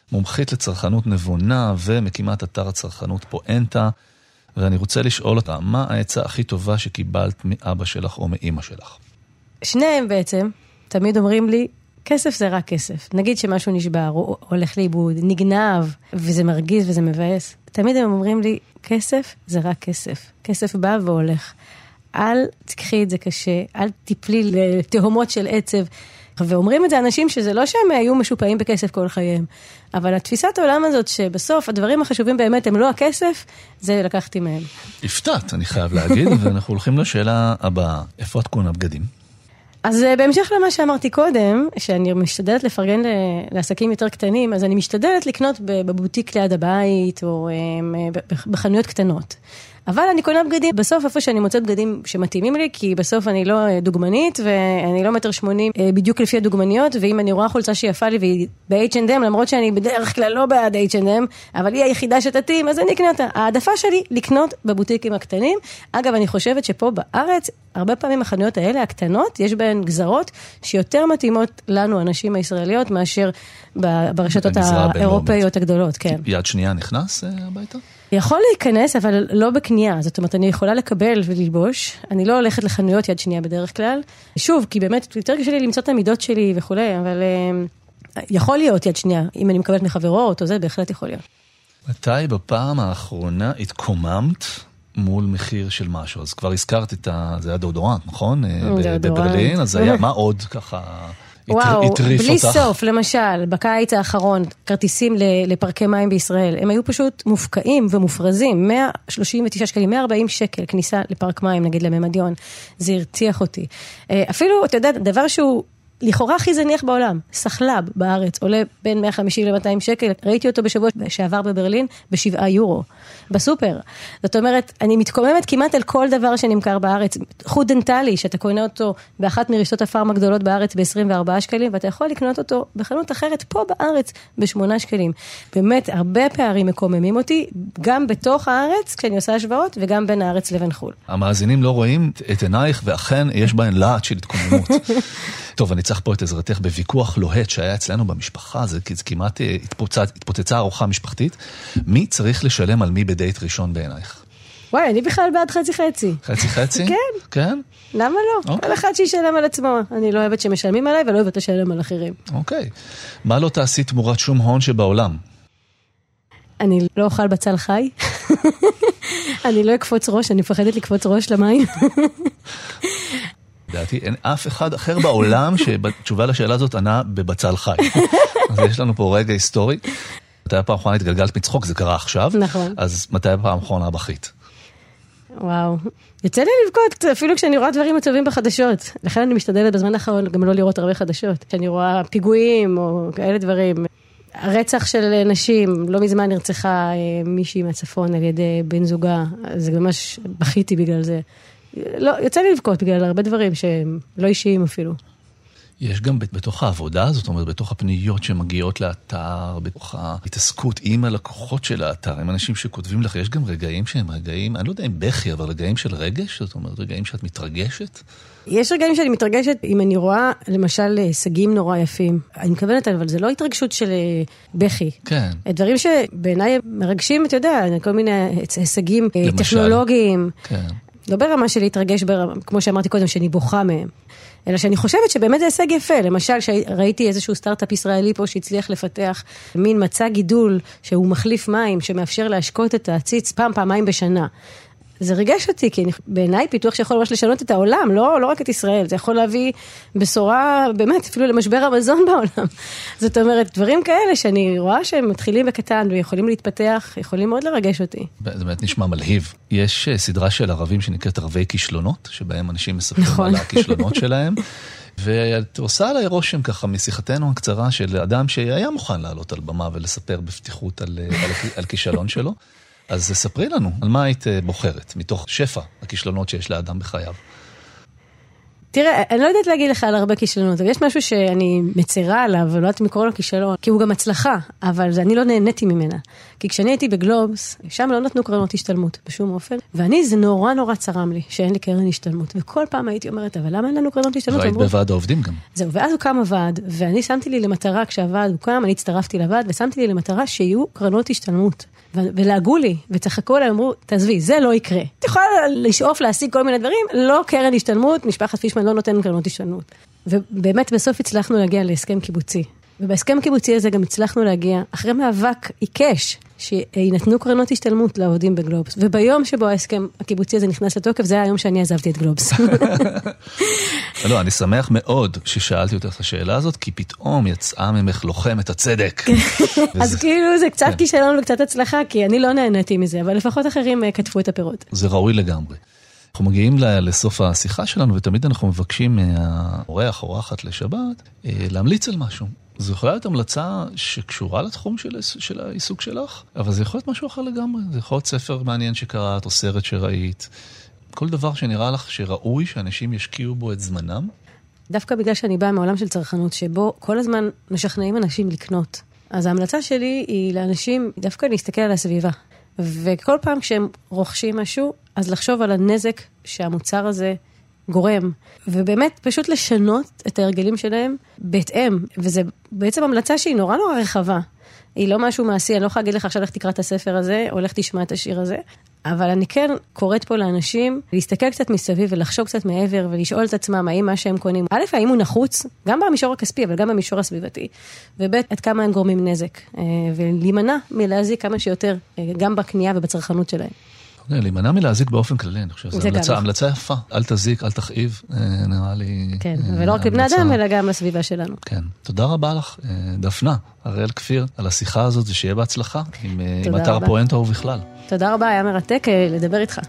מומחית לצרכנות נבונה ומקימת אתר הצרכנות פואנטה, ואני רוצה לשאול אותה, מה העצה הכי טובה שקיבלת מאבא שלך או מאמא שלך? שניהם בעצם תמיד אומרים לי, כסף זה רק כסף. נגיד שמשהו נשבר, או הולך לאיבוד, נגנב, וזה מרגיז וזה מבאס. תמיד הם אומרים לי, כסף זה רק כסף. כסף בא והולך. אל תקחי את זה קשה, אל תיפלי לתהומות של עצב. ואומרים את זה אנשים שזה לא שהם היו משופעים בכסף כל חייהם. אבל התפיסת העולם הזאת שבסוף הדברים החשובים באמת הם לא הכסף, זה לקחתי מהם. הפתעת, אני חייב להגיד, ואנחנו הולכים לשאלה הבאה. איפה את קונה בגדים? אז בהמשך למה שאמרתי קודם, שאני משתדלת לפרגן לעסקים יותר קטנים, אז אני משתדלת לקנות בבוטיק ליד הבית, או בחנויות קטנות. אבל אני קונה בגדים, בסוף איפה שאני מוצאת בגדים שמתאימים לי, כי בסוף אני לא דוגמנית, ואני לא מטר שמונים בדיוק לפי הדוגמניות, ואם אני רואה חולצה שיפה לי, והיא ב-אייץ' אנד אם, למרות שאני בדרך כלל לא בעד אייץ' אנד אם, אבל היא היחידה שתתאים, אז אני אקנה אותה. העדפה שלי לקנות בבוטיקים הקטנים. אגב, אני חושבת שפה בארץ, הרבה פעמים החנויות האלה, הקטנות, יש בהן גזרות שיותר מתאימות לנו, הנשים הישראליות, מאשר ברשתות האירופאיות הגדולות. כן. יד שנייה נכנס הביתה? יכול להיכנס, אבל לא בקנייה. זאת אומרת, אני יכולה לקבל וללבוש. אני לא הולכת לחנויות יד שנייה בדרך כלל. שוב, כי באמת יותר קשה לי למצוא את המידות שלי וכולי, אבל uh, יכול להיות יד שנייה. אם אני מקבלת מחברות או זה, בהחלט יכול להיות. מתי בפעם האחרונה התקוממת מול מחיר של משהו? אז כבר הזכרת את ה... זה היה דאודורנט, נכון? דאודורנט. בברלין, אז היה מה עוד ככה... וואו, בלי סוף, למשל, בקיץ האחרון, כרטיסים לפארקי מים בישראל, הם היו פשוט מופקעים ומופרזים, מאה שלושים ותשעה שקלים, מאה וארבעים שקל, כניסה לפארק מים, נגיד לממדיון, זה הרתיח אותי. אפילו, אתה יודע, דבר שהוא לכאורה הכי זניח בעולם, סחלב בארץ, עולה בין מאה וחמישים ל-מאתיים שקל, ראיתי אותו בשבוע שעבר בברלין, בשבעה יורו, בסופר. זאת אומרת, אני מתקוממת כמעט על כל דבר שנמכר בארץ, חוט דנטלי, שאתה קונה אותו באחת מרשתות הפארם הגדולות בארץ ב-עשרים וארבעה שקלים, ואתה יכול לקנות אותו בחנות אחרת פה בארץ ב-שמונה שקלים. באמת, הרבה פערים מקוממים אותי, גם בתוך הארץ, כשאני עושה השוואות, וגם בין הארץ לבין חול. המאזינים לא רואים את עינייך, ואכן יש בהן להט של התקוממות. טוב, אני צריך פה את עזרתך בוויכוח לוהט שהיה אצלנו במשפחה, זה כמעט התפוצצה, התפוצצה ארוחה משפחתית. מי צריך לשלם על מי בדייט ראשון בעינייך? וואי, אני בכלל בעד חצי חצי. חצי חצי? כן. כן? למה לא? כל אחד שישלם על עצמו. אני לא אוהבת שמשלמים עליי ולא אוהבת לשלם על אחרים. אוקיי. מה לא תעשי תמורת שום הון שבעולם? אני לא אוכל בצל חי. אני לא אקפוץ ראש, אני מפחדת לקפוץ ראש למים. דעתי, אין אף אחד אחר בעולם שבתשובה לשאלה הזאת ענה בבצל חי. אז יש לנו פה רגע היסטורי. מתי הפעם האחרונה התגלגלת מצחוק, זה קרה עכשיו. נכון. אז מתי הפעם האחרונה בכית? וואו. יוצא לי לבכות אפילו כשאני רואה דברים עצובים בחדשות. לכן אני משתדלת בזמן האחרון גם לא לראות הרבה חדשות. כשאני רואה פיגועים או כאלה דברים. הרצח של נשים, לא מזמן נרצחה מישהי מהצפון על ידי בן זוגה. זה ממש בכיתי בגלל זה. לא, יוצא לי לבכות בגלל הרבה דברים שהם לא אישיים אפילו. יש גם בתוך העבודה, זאת אומרת, בתוך הפניות שמגיעות לאתר, בתוך ההתעסקות עם הלקוחות של האתר, עם אנשים שכותבים לך, יש גם רגעים שהם רגעים, אני לא יודע אם בכי, אבל רגעים של רגש, זאת אומרת, רגעים שאת מתרגשת? יש רגעים שאני מתרגשת, אם אני רואה, למשל, הישגים נורא יפים. אני מכוונת, אבל זה לא התרגשות של בכי. כן. דברים שבעיניי מרגשים, אתה יודע, כל מיני הישגים טכנולוגיים. כן. לא ברמה של להתרגש, כמו שאמרתי קודם, שאני בוכה מהם. אלא שאני חושבת שבאמת זה הישג יפה. למשל, ראיתי איזשהו סטארט-אפ ישראלי פה שהצליח לפתח מין מצע גידול שהוא מחליף מים, שמאפשר להשקות את העציץ פעם, פעמיים בשנה. זה ריגש אותי, כי בעיניי פיתוח שיכול ממש לשנות את העולם, לא, לא רק את ישראל. זה יכול להביא בשורה, באמת, אפילו למשבר המזון בעולם. זאת אומרת, דברים כאלה שאני רואה שהם מתחילים בקטן ויכולים להתפתח, יכולים מאוד לרגש אותי. זה באמת נשמע מלהיב. יש סדרה של ערבים שנקראת ערבי כישלונות, שבהם אנשים מספרים נכון. על הכישלונות שלהם. ואת עושה עליי רושם ככה משיחתנו הקצרה של אדם שהיה מוכן לעלות על במה ולספר בפתיחות על, על, על כישלון שלו. אז ספרי לנו, על מה היית בוחרת, מתוך שפע הכישלונות שיש לאדם בחייו? תראה, אני לא יודעת להגיד לך על הרבה כישלונות, אבל יש משהו שאני מצרה עליו, ולא יודעת מקרוא לו כישלון, כי הוא גם הצלחה, אבל אני לא נהניתי ממנה. כי כשאני הייתי בגלובס, שם לא נתנו קרנות השתלמות בשום אופן, ואני זה נורא נורא צרם לי, שאין לי קרן השתלמות, וכל פעם הייתי אומרת, אבל למה אין לנו קרנות השתלמות? ראית בוועד העובדים גם. זהו, ואז הוקם הוועד, ואני שמתי לי למטרה, כשהוועד הוקם, אני הצטרפתי לוועד, ושמתי לי למטרה שיהיו קרנות השתלמות. ולהגו לי, וצחקו עליי, אמרו, תעזבי, זה לא יקרה. את יכולה לשאוף להשיג כל מיני דברים, לא קרן השתלמות, משפחת פישמן לא נותן קרנות השתלמות. ובאמת בסוף הצלחנו להגיע להסכם קיבוצי. ובהסכם קיבוצי הזה גם הצלחנו להגיע, אחרי מאבק עיקש, שינתנו קרנות השתלמות לעובדים בגלובס. וביום שבו ההסכם הקיבוצי הזה נכנס לתוקף, זה היה היום שאני עזבתי את גלובס. לא, אני שמח מאוד ששאלתי אותך את השאלה הזאת, כי פתאום יצאה ממך לוחמת הצדק. אז כאילו זה קצת כישלון וקצת הצלחה, כי אני לא נהניתי מזה, אבל לפחות אחרים כתפו את הפירות. זה ראוי לגמרי. אנחנו מגיעים לסוף השיחה שלנו, ותמיד אנחנו מבקשים מהאורח או אורחת לשבת, להמליץ על משהו. זו יכולה להיות המלצה שקשורה לתחום של, של העיסוק שלך, אבל זה יכול להיות משהו אחר לגמרי. זה יכול להיות ספר מעניין שקראת, או סרט שראית. כל דבר שנראה לך שראוי שאנשים ישקיעו בו את זמנם. דווקא בגלל שאני באה מעולם של צרכנות, שבו כל הזמן משכנעים אנשים לקנות. אז ההמלצה שלי היא לאנשים דווקא להסתכל על הסביבה. וכל פעם כשהם רוכשים משהו, אז לחשוב על הנזק שהמוצר הזה גורם, ובאמת פשוט לשנות את ההרגלים שלהם בהתאם, וזה בעצם המלצה שהיא נורא נורא רחבה. היא לא משהו מעשי, אני לא יכולה להגיד לך עכשיו לך תקרא את הספר הזה, או לך תשמע את השיר הזה, אבל אני כן קוראת פה לאנשים להסתכל קצת מסביב ולחשוב קצת מעבר ולשאול את עצמם האם מה שהם קונים, א', האם הוא נחוץ, גם במישור הכספי, אבל גם במישור הסביבתי, וב', עד כמה הם גורמים נזק, ולהימנע מלהזיק כמה שיותר, גם בקנייה ובצרכנות שלהם. להימנע מלהזיק באופן כללי, אני חושב, זו המלצה יפה, אל תזיק, אל תכאיב, נראה לי... כן, ולא רק לבני אדם, אלא גם לסביבה שלנו. כן, תודה רבה לך, דפנה, הראל כפיר, על השיחה הזאת, ושיהיה בהצלחה, עם אתר פואנטה ובכלל. תודה רבה, היה מרתק לדבר איתך.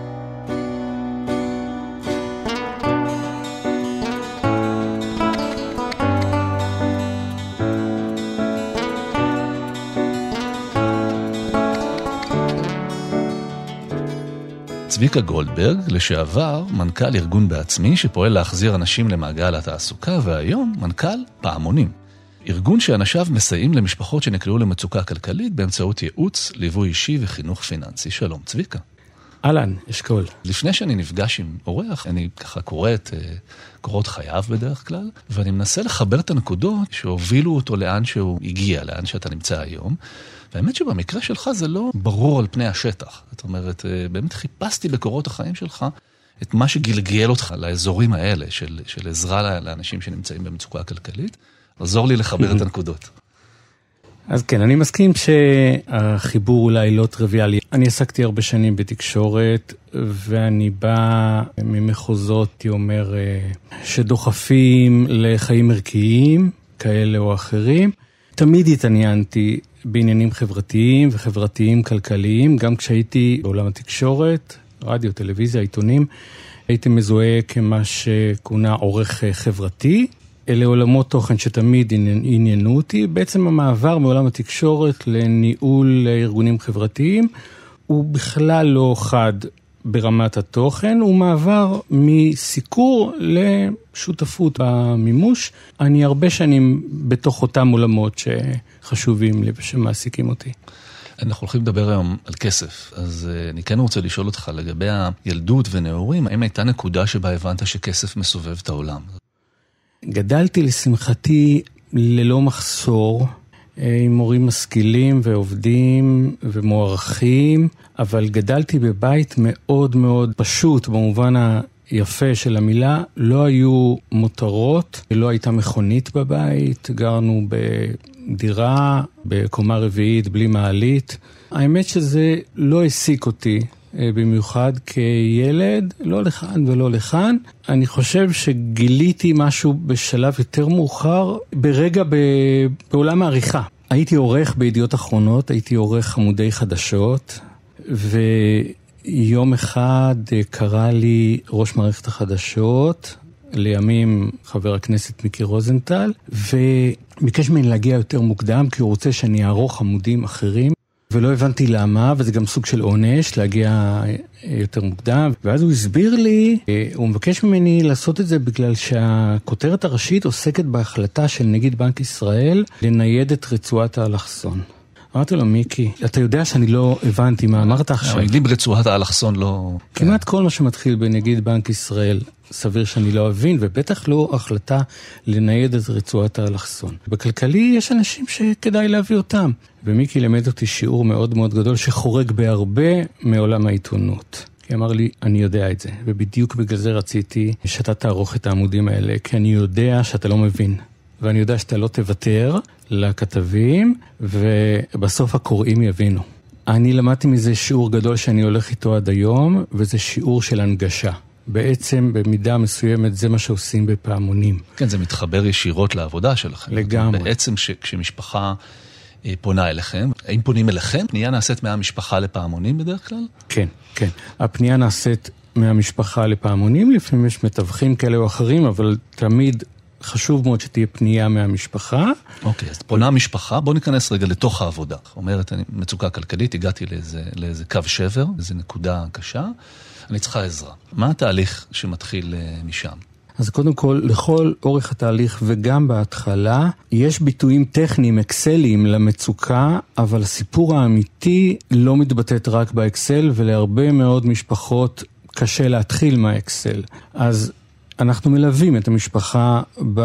צביקה גולדברג, לשעבר מנכ"ל ארגון בעצמי שפועל להחזיר אנשים למעגל התעסוקה, והיום מנכ"ל פעמונים. ארגון שאנשיו מסייעים למשפחות שנקלעו למצוקה כלכלית באמצעות ייעוץ, ליווי אישי וחינוך פיננסי. שלום, צביקה. אהלן, אשכול. לפני שאני נפגש עם אורח, אני ככה קורא את קורות חייו בדרך כלל, ואני מנסה לחבר את הנקודות שהובילו אותו לאן שהוא הגיע, לאן שאתה נמצא היום. והאמת שבמקרה שלך זה לא ברור על פני השטח. זאת אומרת, באמת חיפשתי בקורות החיים שלך את מה שגלגל אותך לאזורים האלה של, של עזרה לאנשים שנמצאים במצוקה הכלכלית. עזור לי לחבר את הנקודות. אז כן, אני מסכים שהחיבור אולי לא טריוויאלי. אני עסקתי הרבה שנים בתקשורת, ואני בא ממחוזות, אני אומר, שדוחפים לחיים ערכיים, כאלה או אחרים. תמיד התעניינתי בעניינים חברתיים וחברתיים כלכליים, גם כשהייתי בעולם התקשורת, רדיו, טלוויזיה, עיתונים, הייתי מזוהה כמה שכונה עורך חברתי, אלה עולמות תוכן שתמיד עניינו אותי. בעצם המעבר מעולם התקשורת לניהול ארגונים חברתיים, הוא בכלל לא חד ברמת התוכן, הוא מעבר מסיקור לשותפות במימוש. אני הרבה שנים בתוך אותם עולמות שחשובים לי ושמעסיקים אותי. אנחנו הולכים לדבר היום על כסף, אז אני כן רוצה לשאול אותך לגבי הילדות ונעורים, האם הייתה נקודה שבה הבנת שכסף מסובב את העולם? גדלתי לשמחתי ללא מחסור, עם מורים משכילים ועובדים ומוערכים, אבל גדלתי בבית מאוד מאוד פשוט, במובן היפה של המילה. לא היו מותרות, לא הייתה מכונית בבית, גרנו בדירה, בקומה רביעית, בלי מעלית. האמת שזה לא העסיק אותי במיוחד כילד, לא לכאן ולא לכאן. אני חושב שגיליתי משהו בשלב יותר מאוחר, ברגע בעולם העריכה. הייתי עורך בידיעות אחרונות, הייתי עורך עמודי חדשות, ויום אחד קרא לי ראש מערכת החדשות, לימים חבר הכנסת מיקי רוזנטל, וביקש ממני להגיע יותר מוקדם, כי הוא רוצה שאני אערוך עמודים אחרים, ולא הבנתי למה, וזה גם סוג של עונש, להגיע יותר מוקדם. ואז הוא הסביר לי, הוא מבקש ממני לעשות את זה בגלל שהכותרת הראשית עוסקת בהחלטה של נגיד בנק ישראל לנייד את רצועת האלכסון. אמרתי לו, מיקי, אתה יודע שאני לא הבנתי מה אמרת עכשיו. לי ברצועת האלכסון לא... כמעט כל מה שמתחיל בנגיד בנק ישראל, סביר שאני לא אבין, ובטח לא החלטה לנייד את רצועת האלכסון. בכלכלי יש אנשים שכדאי להביא אותם. ומיקי למד אותי שיעור מאוד מאוד גדול שחורג בהרבה מעולם העיתונות. כי אמר לי, אני יודע את זה, ובדיוק בגלל זה רציתי שאתה תערוך את העמודים האלה, כי אני יודע שאתה לא מבין. ואני יודע שאתה לא תוותר לכתבים, ובסוף הקוראים יבינו. אני למדתי מזה שיעור גדול שאני הולך איתו עד היום, וזה שיעור של הנגשה. בעצם במידה מסוימת זה מה שעושים בפעמונים. כן, זה מתחבר ישירות לעבודה שלכם. לגמרי. בעצם ש, כשמשפחה פונה אליכם, האם פונים אליכם? פנייה נעשית מהמשפחה לפעמונים בדרך כלל? כן, כן. הפנייה נעשית מהמשפחה לפעמונים, לפעמים יש מתווכים כאלה או אחרים, אבל תמיד חשוב מאוד שתהיה פנייה מהמשפחה. אוקיי, אז פונה המשפחה, בוא ניכנס רגע לתוך העבודה. אומרת, אני מצוקה כלכלית, הגעתי לאיזה, לאיזה קו שבר, איזו נקודה קשה, אני צריכה עזרה. מה התהליך שמתחיל משם? אז קודם כל, לכל אורך התהליך וגם בהתחלה, יש ביטויים טכניים, אקסליים למצוקה, אבל הסיפור האמיתי לא מתבטאת רק באקסל, ולהרבה מאוד משפחות קשה להתחיל מהאקסל. אז אנחנו מלווים את המשפחה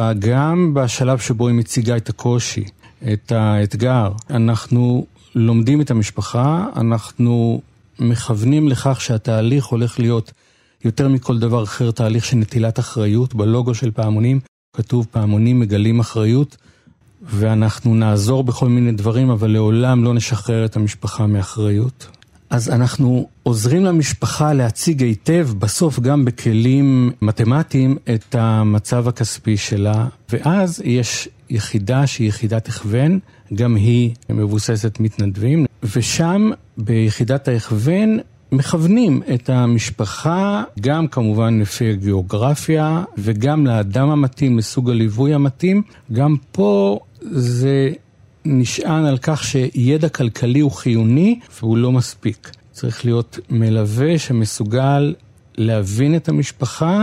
גם בשלב שבו היא מציגה את הקושי, את האתגר. אנחנו לומדים את המשפחה, אנחנו מכוונים לכך שהתהליך הולך להיות יותר מכל דבר אחר, תהליך של נטילת אחריות. בלוגו של פעמונים כתוב פעמונים מגלים אחריות, ואנחנו נעזור בכל מיני דברים, אבל לעולם לא נשחרר את המשפחה מאחריות. אז אנחנו עוזרים למשפחה להציג היטב, בסוף גם בכלים מתמטיים, את המצב הכספי שלה, ואז יש יחידה שהיא יחידת הכוון, גם היא מבוססת מתנדבים, ושם ביחידת ההכוון מכוונים את המשפחה, גם כמובן לפי הגיאוגרפיה, וגם לאדם המתאים, לסוג הליווי המתאים. גם פה זה נשען על כך שידע כלכלי הוא חיוני, והוא לא מספיק. צריך להיות מלווה שמסוגל להבין את המשפחה,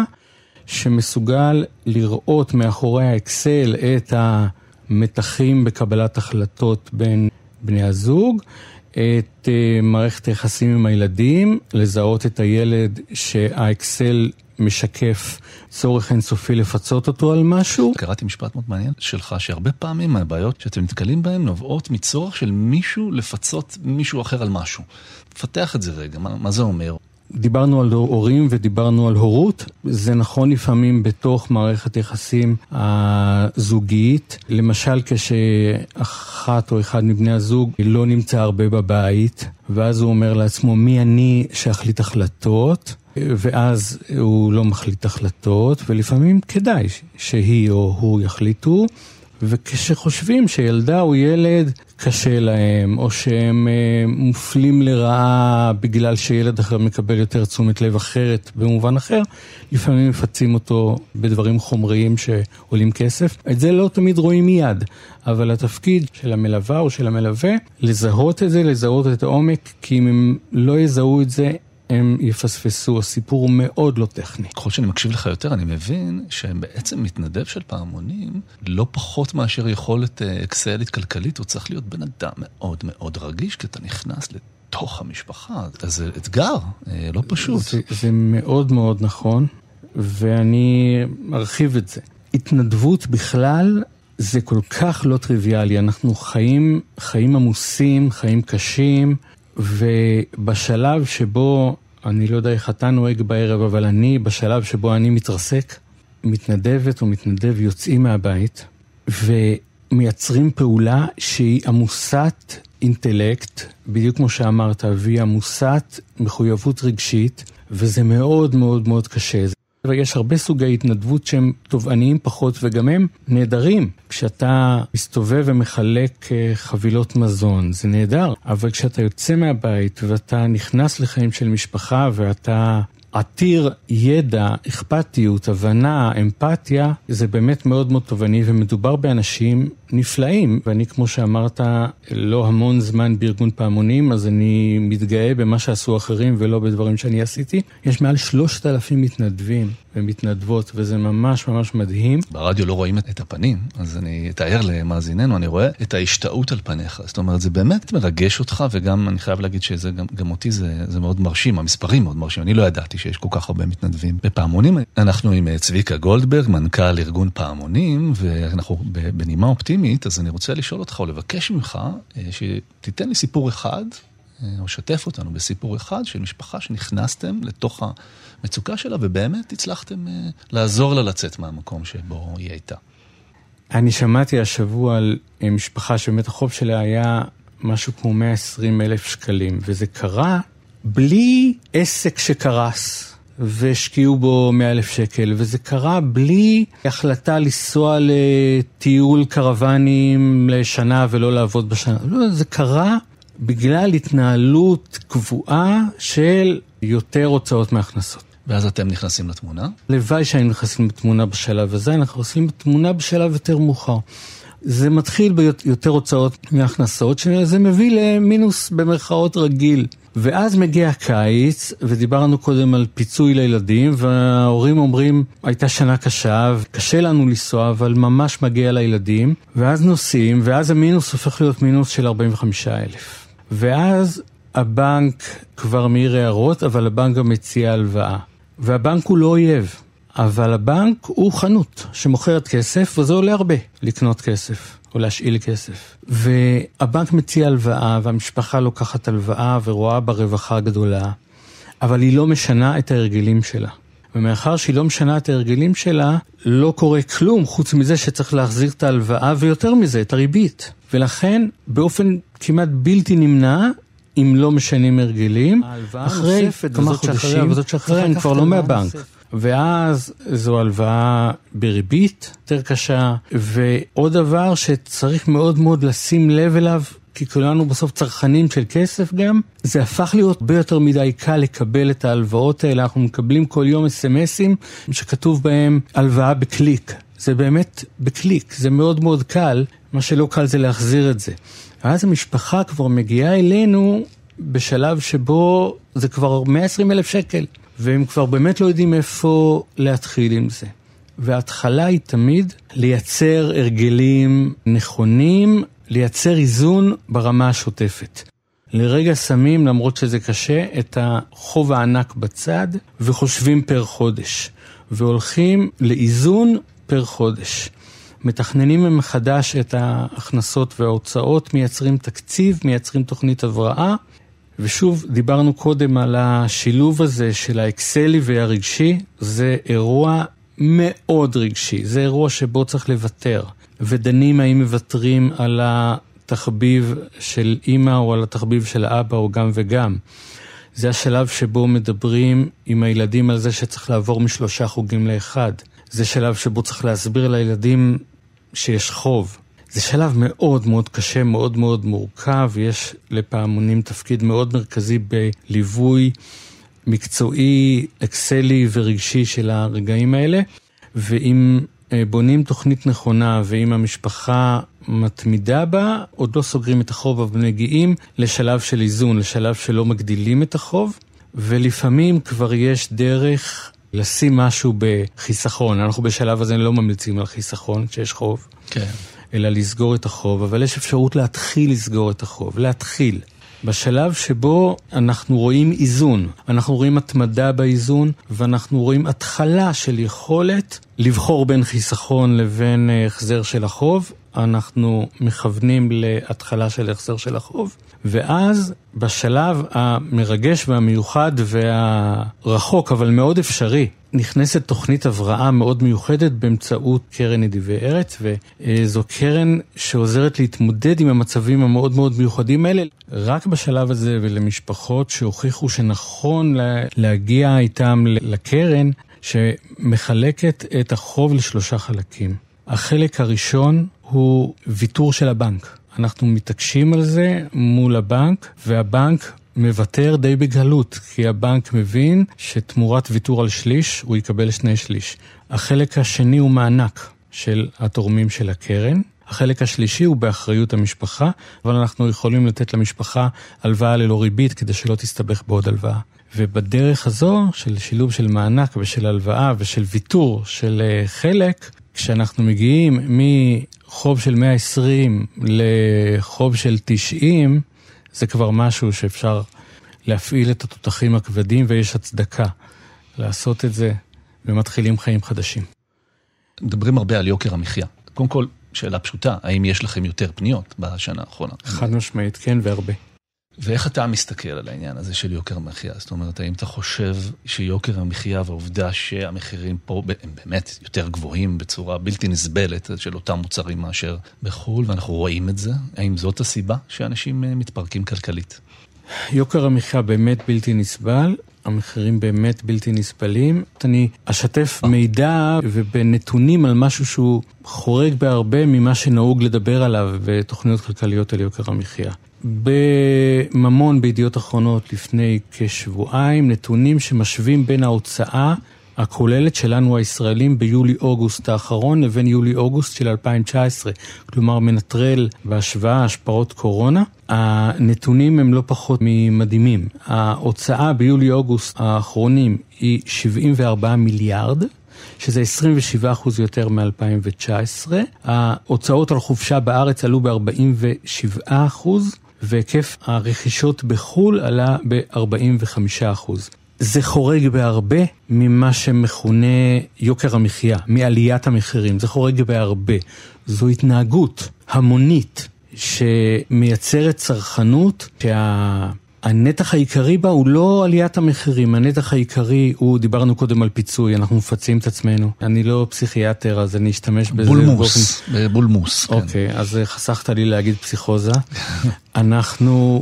שמסוגל לראות מאחורי האקסל את המתחים בקבלת החלטות בין בני הזוג, את מערכת היחסים עם הילדים, לזהות את הילד שהאקסל משקף צורך אינסופי לפצות אותו על משהו. קראתי משפט מאוד מעניין שלך, שהרבה פעמים הבעיות שאתם נתקלים בהן נובעות מצורך של מישהו לפצות מישהו אחר על משהו. תפתח את זה רגע, מה, מה זה אומר? דיברנו על הורים ודיברנו על הורות, זה נכון לפעמים בתוך מערכת יחסים הזוגית, למשל כשאחת או אחד מבני הזוג לא נמצא הרבה בבית, ואז הוא אומר לעצמו מי אני שאחליט החלטות, ואז הוא לא מחליט החלטות, ולפעמים כדאי שהיא או הוא יחליטו, וכשחושבים שילדה או ילד קשה להם, או שהם מופלים לרעה בגלל שילד אחר מקבל יותר תשומת לב אחרת במובן אחר, לפעמים מפצים אותו בדברים חומריים שעולים כסף. את זה לא תמיד רואים מיד, אבל התפקיד של המלווה או של המלווה, לזהות את זה, לזהות את העומק, כי אם הם לא יזהו את זה, הם יפספסו. הסיפור הוא מאוד לא טכני. ככל שאני מקשיב לך יותר, אני מבין שבעצם מתנדב של פעמונים, לא פחות מאשר יכולת אקסלית כלכלית, הוא צריך להיות בן אדם מאוד מאוד רגיש, כי אתה נכנס לתוך המשפחה. אז זה אתגר, לא פשוט. זה, זה מאוד מאוד נכון, ואני מרחיב את זה. התנדבות בכלל זה כל כך לא טריוויאלי. אנחנו חיים, חיים עמוסים, חיים קשים, ובשלב שבו, אני לא יודע איך אתה נוהג בערב, אבל אני, בשלב שבו אני מתרסק, מתנדבת או מתנדב יוצאים מהבית, ומייצרים פעולה שהיא עמוסת אינטלקט, בדיוק כמו שאמרת, והיא עמוסת מחויבות רגשית, וזה מאוד מאוד מאוד קשה. ויש הרבה סוגי התנדבות שהם תובעניים פחות, וגם הם נהדרים. כשאתה מסתובב ומחלק חבילות מזון, זה נהדר. אבל כשאתה יוצא מהבית ואתה נכנס לחיים של משפחה, ואתה עתיר ידע, אכפתיות, הבנה, אמפתיה, זה באמת מאוד מאוד תובעני, ומדובר באנשים נפלאים, ואני כמו שאמרת, לא המון זמן בארגון פעמונים, אז אני מתגאה במה שעשו אחרים ולא בדברים שאני עשיתי. יש מעל שלושת אלפים מתנדבים ומתנדבות, וזה ממש ממש מדהים. ברדיו לא רואים את הפנים, אז אני אתאר למאזיננו, אני רואה את ההשתאות על פניך. זאת אומרת, זה באמת מרגש אותך, וגם אני חייב להגיד שזה גם, גם אותי זה, זה מאוד מרשים, המספרים מאוד מרשים. אני לא ידעתי שיש כל כך הרבה מתנדבים בפעמונים. אנחנו עם צביקה גולדברג, מנכ"ל ארגון פעמונים, ואנחנו בנימה אופטימית, אז אני רוצה לשאול אותך או לבקש ממך שתיתן לי סיפור אחד, או שתף אותנו בסיפור אחד של משפחה שנכנסתם לתוך המצוקה שלה, ובאמת הצלחתם לעזור לה לצאת מהמקום שבו היא הייתה. אני שמעתי השבוע על משפחה שבאמת החוב שלה היה משהו כמו מאה ועשרים אלף שקלים, וזה קרה בלי עסק שקרס. והשקיעו בו מאה אלף שקל, וזה קרה בלי החלטה לנסוע לטיול קרוונים לשנה ולא לעבוד בשנה. לא, זה קרה בגלל התנהלות קבועה של יותר הוצאות מהכנסות. ואז אתם נכנסים לתמונה? לוואי שהיינו נכנסים לתמונה בשלב הזה, אנחנו נכנסים לתמונה בשלב יותר מאוחר. זה מתחיל ביותר הוצאות מהכנסות, שזה מביא למינוס במרכאות רגיל. ואז מגיע הקיץ, ודיברנו קודם על פיצוי לילדים, וההורים אומרים, הייתה שנה קשה, קשה לנו לנסוע, אבל ממש מגיע לילדים, ואז נוסעים, ואז המינוס הופך להיות מינוס של ארבעים וחמישה אלף. ואז הבנק כבר מעיר הערות, אבל הבנק גם מציע הלוואה. והבנק הוא לא אויב, אבל הבנק הוא חנות שמוכרת כסף, וזה עולה הרבה לקנות כסף. או להשאיל כסף. והבנק מציע הלוואה, והמשפחה לוקחת הלוואה ורואה ברווחה גדולה, אבל היא לא משנה את ההרגלים שלה. ומאחר שהיא לא משנה את ההרגלים שלה, לא קורה כלום, חוץ מזה שצריך להחזיר את ההלוואה, ויותר מזה, את הריבית. ולכן, באופן כמעט בלתי נמנע, אם לא משנים הרגלים, אחרי כמה חודשים, וזאת שאחרי, אני כבר לא מהבנק. ואז זו הלוואה בריבית יותר קשה, ועוד דבר שצריך מאוד מאוד לשים לב אליו, כי כולנו בסוף צרכנים של כסף גם, זה הפך להיות הרבה יותר מדי קל לקבל את ההלוואות האלה, אנחנו מקבלים כל יום אס-אמסים שכתוב בהם הלוואה בקליק, זה באמת בקליק, זה מאוד מאוד קל, מה שלא קל זה להחזיר את זה. ואז המשפחה כבר מגיעה אלינו בשלב שבו זה כבר מאה ועשרים אלף שקל, והם כבר באמת לא יודעים איפה להתחיל עם זה. וההתחלה היא תמיד לייצר הרגלים נכונים, לייצר איזון ברמה השוטפת. לרגע שמים, למרות שזה קשה, את החוב הענק בצד, וחושבים פר חודש. והולכים לאיזון פר חודש. מתכננים מחדש את ההכנסות וההוצאות, מייצרים תקציב, מייצרים תוכנית הבראה, ושוב, דיברנו קודם על השילוב הזה של האקסלי והרגשי, זה אירוע מאוד רגשי, זה אירוע שבו צריך לוותר, ודנים האם מוותרים על התחביב של אמא או על התחביב של האבא או גם וגם. זה השלב שבו מדברים עם הילדים על זה שצריך לעבור משלושה חוגים לאחד. זה שלב שבו צריך להסביר לילדים שיש חוב. זה שלב מאוד מאוד קשה, מאוד מאוד מורכב, יש לפעמונים תפקיד מאוד מרכזי בליווי מקצועי, אקסלי ורגשי של הרגעים האלה, ואם בונים תוכנית נכונה ואם המשפחה מתמידה בה, עוד לא סוגרים את החוב, אבל מגיעים לשלב של איזון, לשלב שלא מגדילים את החוב, ולפעמים כבר יש דרך לשים משהו בחיסכון. אנחנו בשלב הזה לא ממליצים על חיסכון כשיש חוב. כן. אלא לסגור את החוב, אבל יש אפשרות להתחיל לסגור את החוב, להתחיל. בשלב שבו אנחנו רואים איזון, אנחנו רואים התמדה באיזון, ואנחנו רואים התחלה של יכולת לבחור בין חיסכון לבין החזר של החוב, אנחנו מכוונים להתחלה של החזר של החוב, ואז בשלב המרגש והמיוחד והרחוק, אבל מאוד אפשרי, נכנסת תוכנית הבראה מאוד מיוחדת באמצעות קרן נדיבי ארץ, וזו קרן שעוזרת להתמודד עם המצבים המאוד מאוד מיוחדים האלה. רק בשלב הזה ולמשפחות שהוכיחו שנכון להגיע איתם לקרן, שמחלקת את החוב לשלושה חלקים. החלק הראשון הוא ויתור של הבנק. אנחנו מתעקשים על זה מול הבנק, והבנק מוותר די בגלות, כי הבנק מבין שתמורת ויתור על שליש, הוא יקבל שני שליש. החלק השני הוא מענק של התורמים של הקרן. החלק השלישי הוא באחריות המשפחה, אבל אנחנו יכולים לתת למשפחה הלוואה ללא ריבית, כדי שלא תסתבך בעוד הלוואה. ובדרך הזו, של שילוב של מענק ושל הלוואה ושל ויתור של חלק, כשאנחנו מגיעים מחוב של מאה ועשרים לחוב של תשעים, זה כבר משהו שאפשר להפעיל את התותחים הכבדים, ויש הצדקה לעשות את זה, ומתחילים חיים חדשים. מדברים הרבה על יוקר המחיה. קודם כל, שאלה פשוטה, האם יש לכם יותר פניות בשנה האחרונה? חד משמעית, כן, והרבה. ואיך אתה מסתכל על העניין הזה של יוקר המחיה? זאת אומרת, האם אתה חושב שיוקר המחיה והעובדה שהמחירים פה הם באמת יותר גבוהים בצורה בלתי נסבלת של אותם מוצרים מאשר בחול, ואנחנו רואים את זה? האם זאת הסיבה שאנשים מתפרקים כלכלית? יוקר המחיה באמת בלתי נסבל, המחירים באמת בלתי נסבלים. אני אשתף מידע ובנתונים על משהו שהוא חורג בהרבה ממה שנהוג לדבר עליו בתוכניות כלכליות על יוקר המחיה. בממון בידיעות אחרונות לפני כשבועיים, נתונים שמשווים בין ההוצאה הכוללת שלנו הישראלים ביולי-אוגוסט האחרון לבין יולי-אוגוסט של אלפיים תשע עשרה, כלומר מנטרל בהשוואה השפעות קורונה. הנתונים הם לא פחות ממדהימים. ההוצאה ביולי-אוגוסט האחרונים היא שבעים וארבעה מיליארד, שזה עשרים ושבעה אחוז יותר מ-אלפיים תשע עשרה. ההוצאות על חופשה בארץ עלו ב-ארבעים ושבעה אחוז, והיקף הרכישות בחול עלה ב-ארבעים וחמישה אחוז. זה חורג בהרבה ממה שמכונה יוקר המחיה, מעליית המחירים. זה חורג בהרבה. זו התנהגות המונית שמייצרת צרכנות, שהנתח העיקרי בה הוא לא עליית המחירים. הנתח העיקרי הוא, דיברנו קודם על פיצוי, אנחנו מפצים את עצמנו. אני לא פסיכיאטר, אז אני אשתמש בזה. בולמוס, בולמוס. אוקיי, אז חסכת לי להגיד פסיכוזה. אנחנו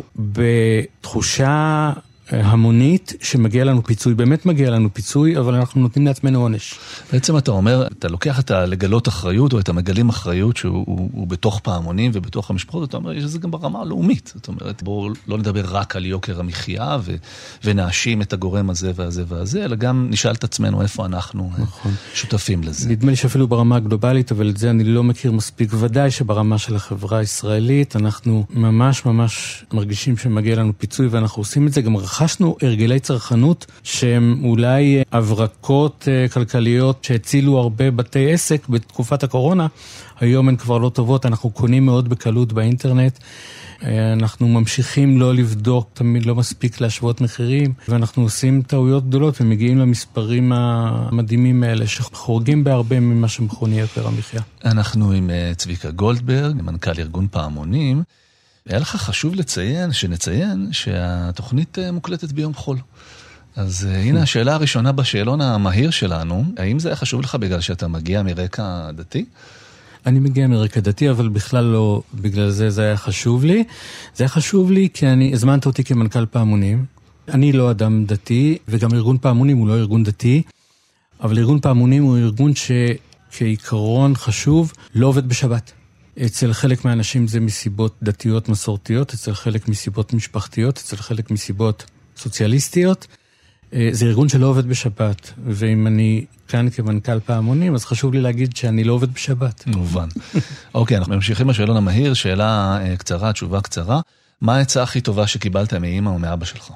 בתחושה המונית שמגיע לנו פיצוי, באמת מגיע לנו פיצוי, אבל אנחנו נותנים לעצמנו עונש. בעצם אתה אומר, אתה לוקח את הלגלות אחריות, או את המגלים אחריות, שהוא הוא, הוא בתוך פעמונים ובתוך המשפחות, אתה אומר, יש זה גם ברמה הלאומית. זאת אומרת, בואו לא נדבר רק על יוקר המחיה, ו, ונאשים את הגורם הזה והזה והזה, אלא גם נשאל את עצמנו איפה אנחנו נכון. שותפים לזה. נדמה לי שאפילו ברמה הגלובלית, אבל את זה אני לא מכיר מספיק. ודאי שברמה של החברה הישראלית, אנחנו ממש ממש מרגישים שמגיע לנו פיצוי, ואנחנו עושים את זה. גם רכשנו הרגלי צרכנות שהם אולי הברקות כלכליות שהצילו הרבה בתי עסק בתקופת הקורונה. היום הן כבר לא טובות, אנחנו קונים מאוד בקלות באינטרנט. אנחנו ממשיכים לא לבדוק, תמיד לא מספיק להשוות מחירים, ואנחנו עושים טעויות גדולות ומגיעים למספרים המדהימים האלה שחורגים בהרבה ממה שמכונה יוקר המחיה. אנחנו עם צביקה גולדברג, מנכ"ל ארגון פעמונים. היה לך חשוב לציין, שנציין, שהתוכנית מוקלטת ביום חול. אז הנה השאלה הראשונה בשאלון המהיר שלנו, האם זה היה חשוב לך בגלל שאתה מגיע מרקע דתי? אני מגיע מרקע דתי, אבל בכלל לא בגלל זה זה היה חשוב לי. זה היה חשוב לי כי אני, הזמנת אותי כמנכ"ל פעמונים. אני לא אדם דתי, וגם ארגון פעמונים הוא לא ארגון דתי, אבל ארגון פעמונים הוא ארגון שכעיקרון חשוב לא עובד בשבת. אצל חלק מהאנשים זה מסיבות דתיות מסורתיות, אצל חלק מסיבות משפחתיות, אצל חלק מסיבות סוציאליסטיות. זה ארגון שלא עובד בשבת, ואם אני כאן כמנכ"ל פעמונים, אז חשוב לי להגיד שאני לא עובד בשבת. מובן. אוקיי, אנחנו ממשיכים בשאלון המהיר, שאלה קצרה, תשובה קצרה. מה העצה הכי טובה שקיבלת מאמא או מאבא שלך?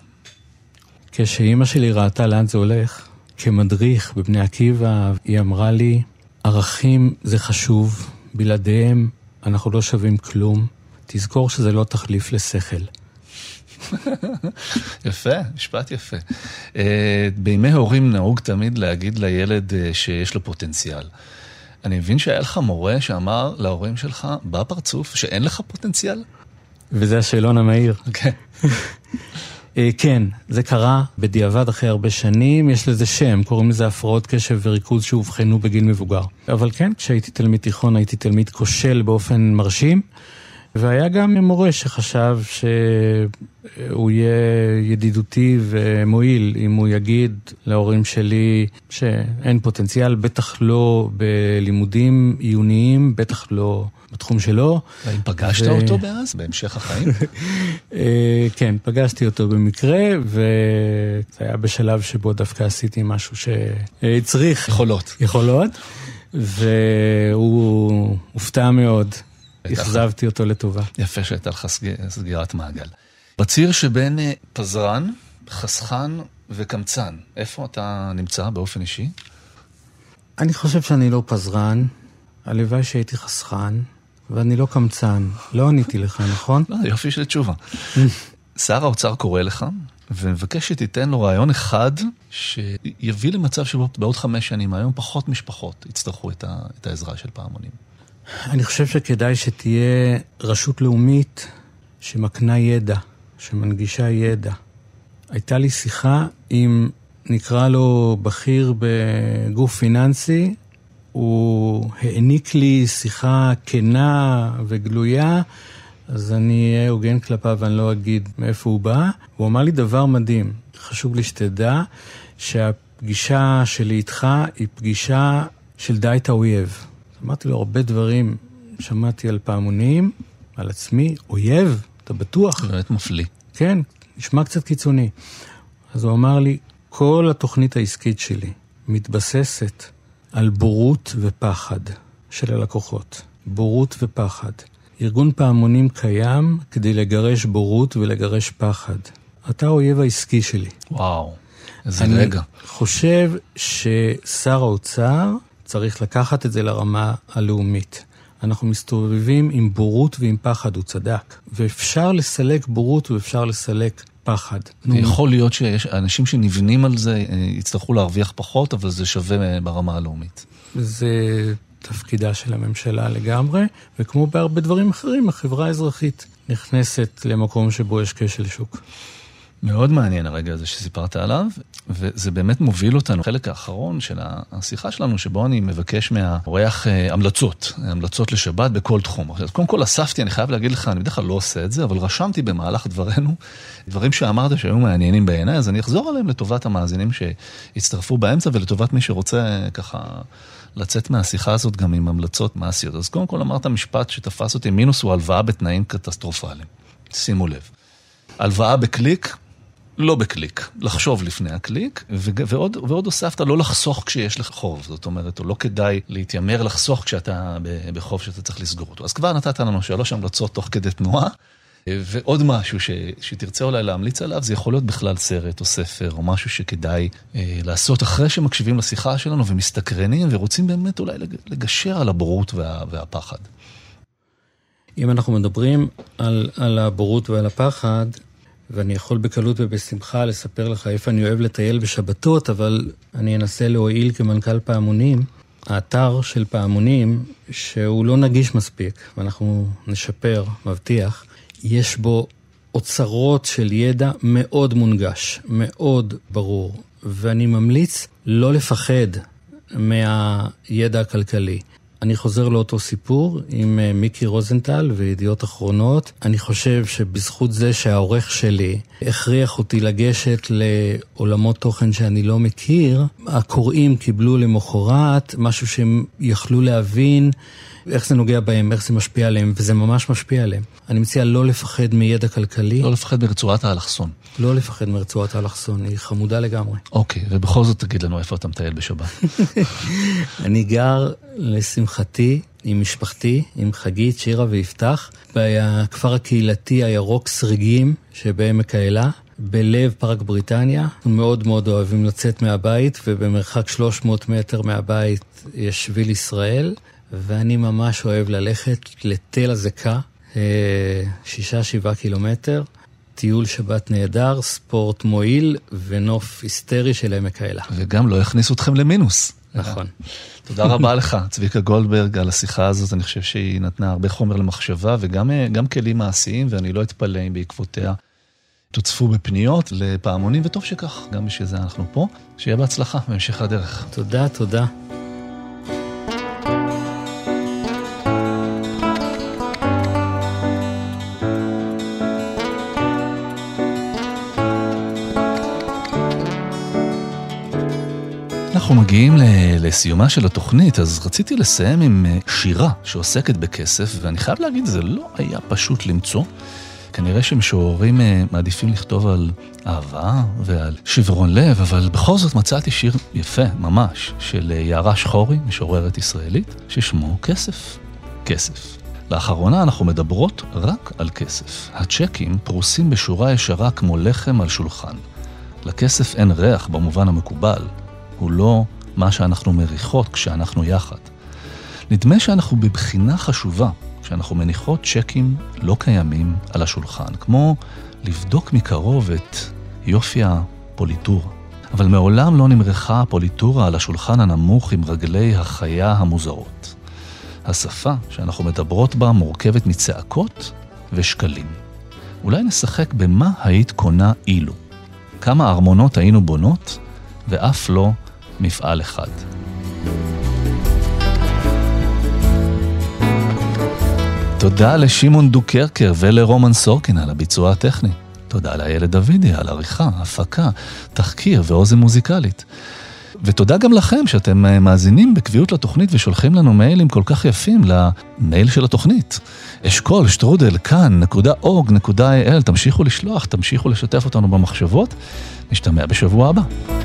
כשאמא שלי ראתה לאן זה הולך, כמדריך בבני עקיבא, היא אמרה לי, ערכים זה חשוב, בלעדיהם אנחנו לא שווים כלום, תזכור שזה לא תחליף לשכל. יפה, משפט יפה. בימי הורים נהוג תמיד להגיד לילד שיש לו פוטנציאל. אני מבין שהיה לך מורה שאמר להורים שלך בפרצוף שאין לך פוטנציאל? וזה השאלון המהיר. כן. כן, זה קרה בדיעבד אחרי הרבה שנים, יש לזה שם, קוראים לזה הפרעות קשב וריכוז שהובחנו בגיל מבוגר. אבל כן, כשהייתי תלמיד תיכון הייתי תלמיד כושל באופן מרשים, והיה גם מורה שחשב שהוא יהיה ידידותי ומועיל אם הוא יגיד להורים שלי שאין פוטנציאל, בטח לא בלימודים עיוניים, בטח לא בתחום שלו. האם פגשת ו... אותו באז, בהמשך החיים? כן, פגשתי אותו במקרה, וזה היה בשלב שבו דווקא עשיתי משהו שצריך. יכולות. יכולות, והוא הופתע מאוד. החזבתי אותו לטובה. יפה שהייתה לך סגירת מעגל. בציר שבין פזרן, חסכן וקמצן, איפה אתה נמצא באופן אישי? אני חושב שאני לא פזרן, הלוואי שהייתי חסכן, ואני לא קמצן. לא עניתי לך, נכון? לא, יופי של תשובה. שר האוצר קורא לך, ומבקש שתיתן לו רעיון אחד, שיביא למצב שבו בעוד חמש שנים, היום פחות משפחות יצטרכו את, ה, את העזרה של פעמונים. אני חושב שכדאי שתהיה רשות לאומית שמקנה ידע, שמנגישה ידע. הייתה לי שיחה עם, נקרא לו בכיר בגוף פיננסי, הוא העניק לי שיחה כנה וגלויה, אז אני אהיה הוגן כלפיו ואני לא אגיד מאיפה הוא בא. הוא אמר לי דבר מדהים, חשוב לי שתדע שהפגישה שלי איתך היא פגישה של דע את האויב. אמרתי לו הרבה דברים, שמעתי על פעמונים, על עצמי, אויב, אתה בטוח? באמת מפליא. כן, נשמע קצת קיצוני. אז הוא אמר לי, כל התוכנית העסקית שלי מתבססת על בורות ופחד של הלקוחות. בורות ופחד. ארגון פעמונים קיים כדי לגרש בורות ולגרש פחד. אתה האויב העסקי שלי. וואו, איזה אני רגע. אני חושב ששר האוצר צריך לקחת את זה לרמה הלאומית. אנחנו מסתובבים עם בורות ועם פחד, הוא צדק. ואפשר לסלק בורות ואפשר לסלק פחד. יכול להיות שיש אנשים שנבנים על זה, יצטרכו להרוויח פחות, אבל זה שווה ברמה הלאומית. זה תפקידה של הממשלה לגמרי, וכמו בהרבה דברים אחרים, החברה האזרחית נכנסת למקום שבו יש כשל שוק. מאוד מעניין הרגע הזה שסיפרת עליו, וזה באמת מוביל אותנו, חלק האחרון של השיחה שלנו, שבו אני מבקש מהאורח המלצות, המלצות לשבת בכל תחום. אז קודם כל אספתי, אני חייב להגיד לך, אני בדרך כלל לא עושה את זה, אבל רשמתי במהלך דברינו, דברים שאמרת שהיו מעניינים בעיניי, אז אני אחזור עליהם לטובת המאזינים שהצטרפו באמצע, ולטובת מי שרוצה ככה לצאת מהשיחה הזאת גם עם המלצות מעשיות. אז קודם כל אמרת משפט שתפס אותי, מינוס הוא הלוואה בתנאים קטסטרופליים. שימו לב. הלוואה בקליק, לא בקליק, לחשוב לפני הקליק, ועוד, ועוד הוספת לא לחסוך כשיש לך חוב, זאת אומרת, או לא כדאי להתיימר לחסוך כשאתה בחוב שאתה צריך לסגור אותו. אז כבר נתת לנו שלוש המלצות תוך כדי תנועה, ועוד משהו ש, שתרצה אולי להמליץ עליו, זה יכול להיות בכלל סרט או ספר, או משהו שכדאי אה, לעשות אחרי שמקשיבים לשיחה שלנו ומסתקרנים, ורוצים באמת אולי לגשר על הבורות וה, והפחד. אם אנחנו מדברים על, על הבורות ועל הפחד, ואני יכול בקלות ובשמחה לספר לך איפה אני אוהב לטייל בשבתות, אבל אני אנסה להועיל כמנכ"ל פעמונים. האתר של פעמונים, שהוא לא נגיש מספיק, ואנחנו נשפר, מבטיח, יש בו אוצרות של ידע מאוד מונגש, מאוד ברור, ואני ממליץ לא לפחד מהידע הכלכלי. אני חוזר לאותו סיפור עם מיקי רוזנטל וידיעות אחרונות. אני חושב שבזכות זה שהעורך שלי הכריח אותי לגשת לעולמות תוכן שאני לא מכיר, הקוראים קיבלו למחרת משהו שהם יכלו להבין איך זה נוגע בהם, איך זה משפיע עליהם, וזה ממש משפיע עליהם. אני מציע לא לפחד מידע כלכלי. לא לפחד מרצועת האלכסון. לא לפחד מרצועת האלכסון, היא חמודה לגמרי. אוקיי, ובכל זאת תגיד לנו איפה אתה מטייל בשבת. אני גר לשמחתי עם משפחתי, עם חגית, שירה ויפתח, בכפר הקהילתי הירוק סרגים שבעמק האלה, בלב פארק בריטניה. אנחנו מאוד מאוד אוהבים לצאת מהבית, ובמרחק שלוש מאות מטר מהבית יש שביל ישראל, ואני ממש אוהב ללכת לתל הזקה, שישה שבעה קילומטר, טיול שבת נהדר, ספורט מועיל ונוף היסטרי של עמק האלה. וגם לא יכניסו אתכם למינוס. נכון. תודה רבה לך, צביקה גולדברג, על השיחה הזאת. אני חושב שהיא נתנה הרבה חומר למחשבה, וגם גם כלים מעשיים, ואני לא אתפלא אם בעקבותיה תוצפו בפניות לפעמונים, וטוב שכך, גם בשביל זה אנחנו פה. שיהיה בהצלחה בהמשך הדרך. תודה, תודה. אנחנו מגיעים לסיומה של התוכנית, אז רציתי לסיים עם שירה שעוסקת בכסף, ואני חייב להגיד, זה לא היה פשוט למצוא. כנראה שמשוררים מעדיפים לכתוב על אהבה ועל שברון לב, אבל בכל זאת מצאתי שיר יפה, ממש, של יערה שחורי, משוררת ישראלית, ששמו כסף. כסף. לאחרונה אנחנו מדברות רק על כסף. הצ'קים פרוסים בשורה ישרה כמו לחם על שולחן. לכסף אין ריח במובן המקובל. הוא לא מה שאנחנו מריחות כשאנחנו יחד. נדמה שאנחנו בבחינה חשובה כשאנחנו מניחות צ'קים לא קיימים על השולחן, כמו לבדוק מקרוב את יופי הפוליטורה. אבל מעולם לא נמרחה הפוליטורה על השולחן הנמוך עם רגלי החיה המוזרות. השפה שאנחנו מדברות בה מורכבת מצעקות ושקלים. אולי נשחק במה היית קונה אילו. כמה ארמונות היינו בונות, ואף לא מפעל אחד. תודה לשמעון דוקרקר ולרומן סורקין על הביצוע הטכני. תודה לילד דוידי על עריכה, הפקה, תחקיר ואוזן מוזיקלית. ותודה גם לכם שאתם מאזינים בקביעות לתוכנית ושולחים לנו מיילים כל כך יפים למייל של התוכנית. אשכול, שטרודל, כאן, נקודה אורג, נקודה איי אל. תמשיכו לשלוח, תמשיכו לשתף אותנו במחשבות. נשתמע בשבוע הבא.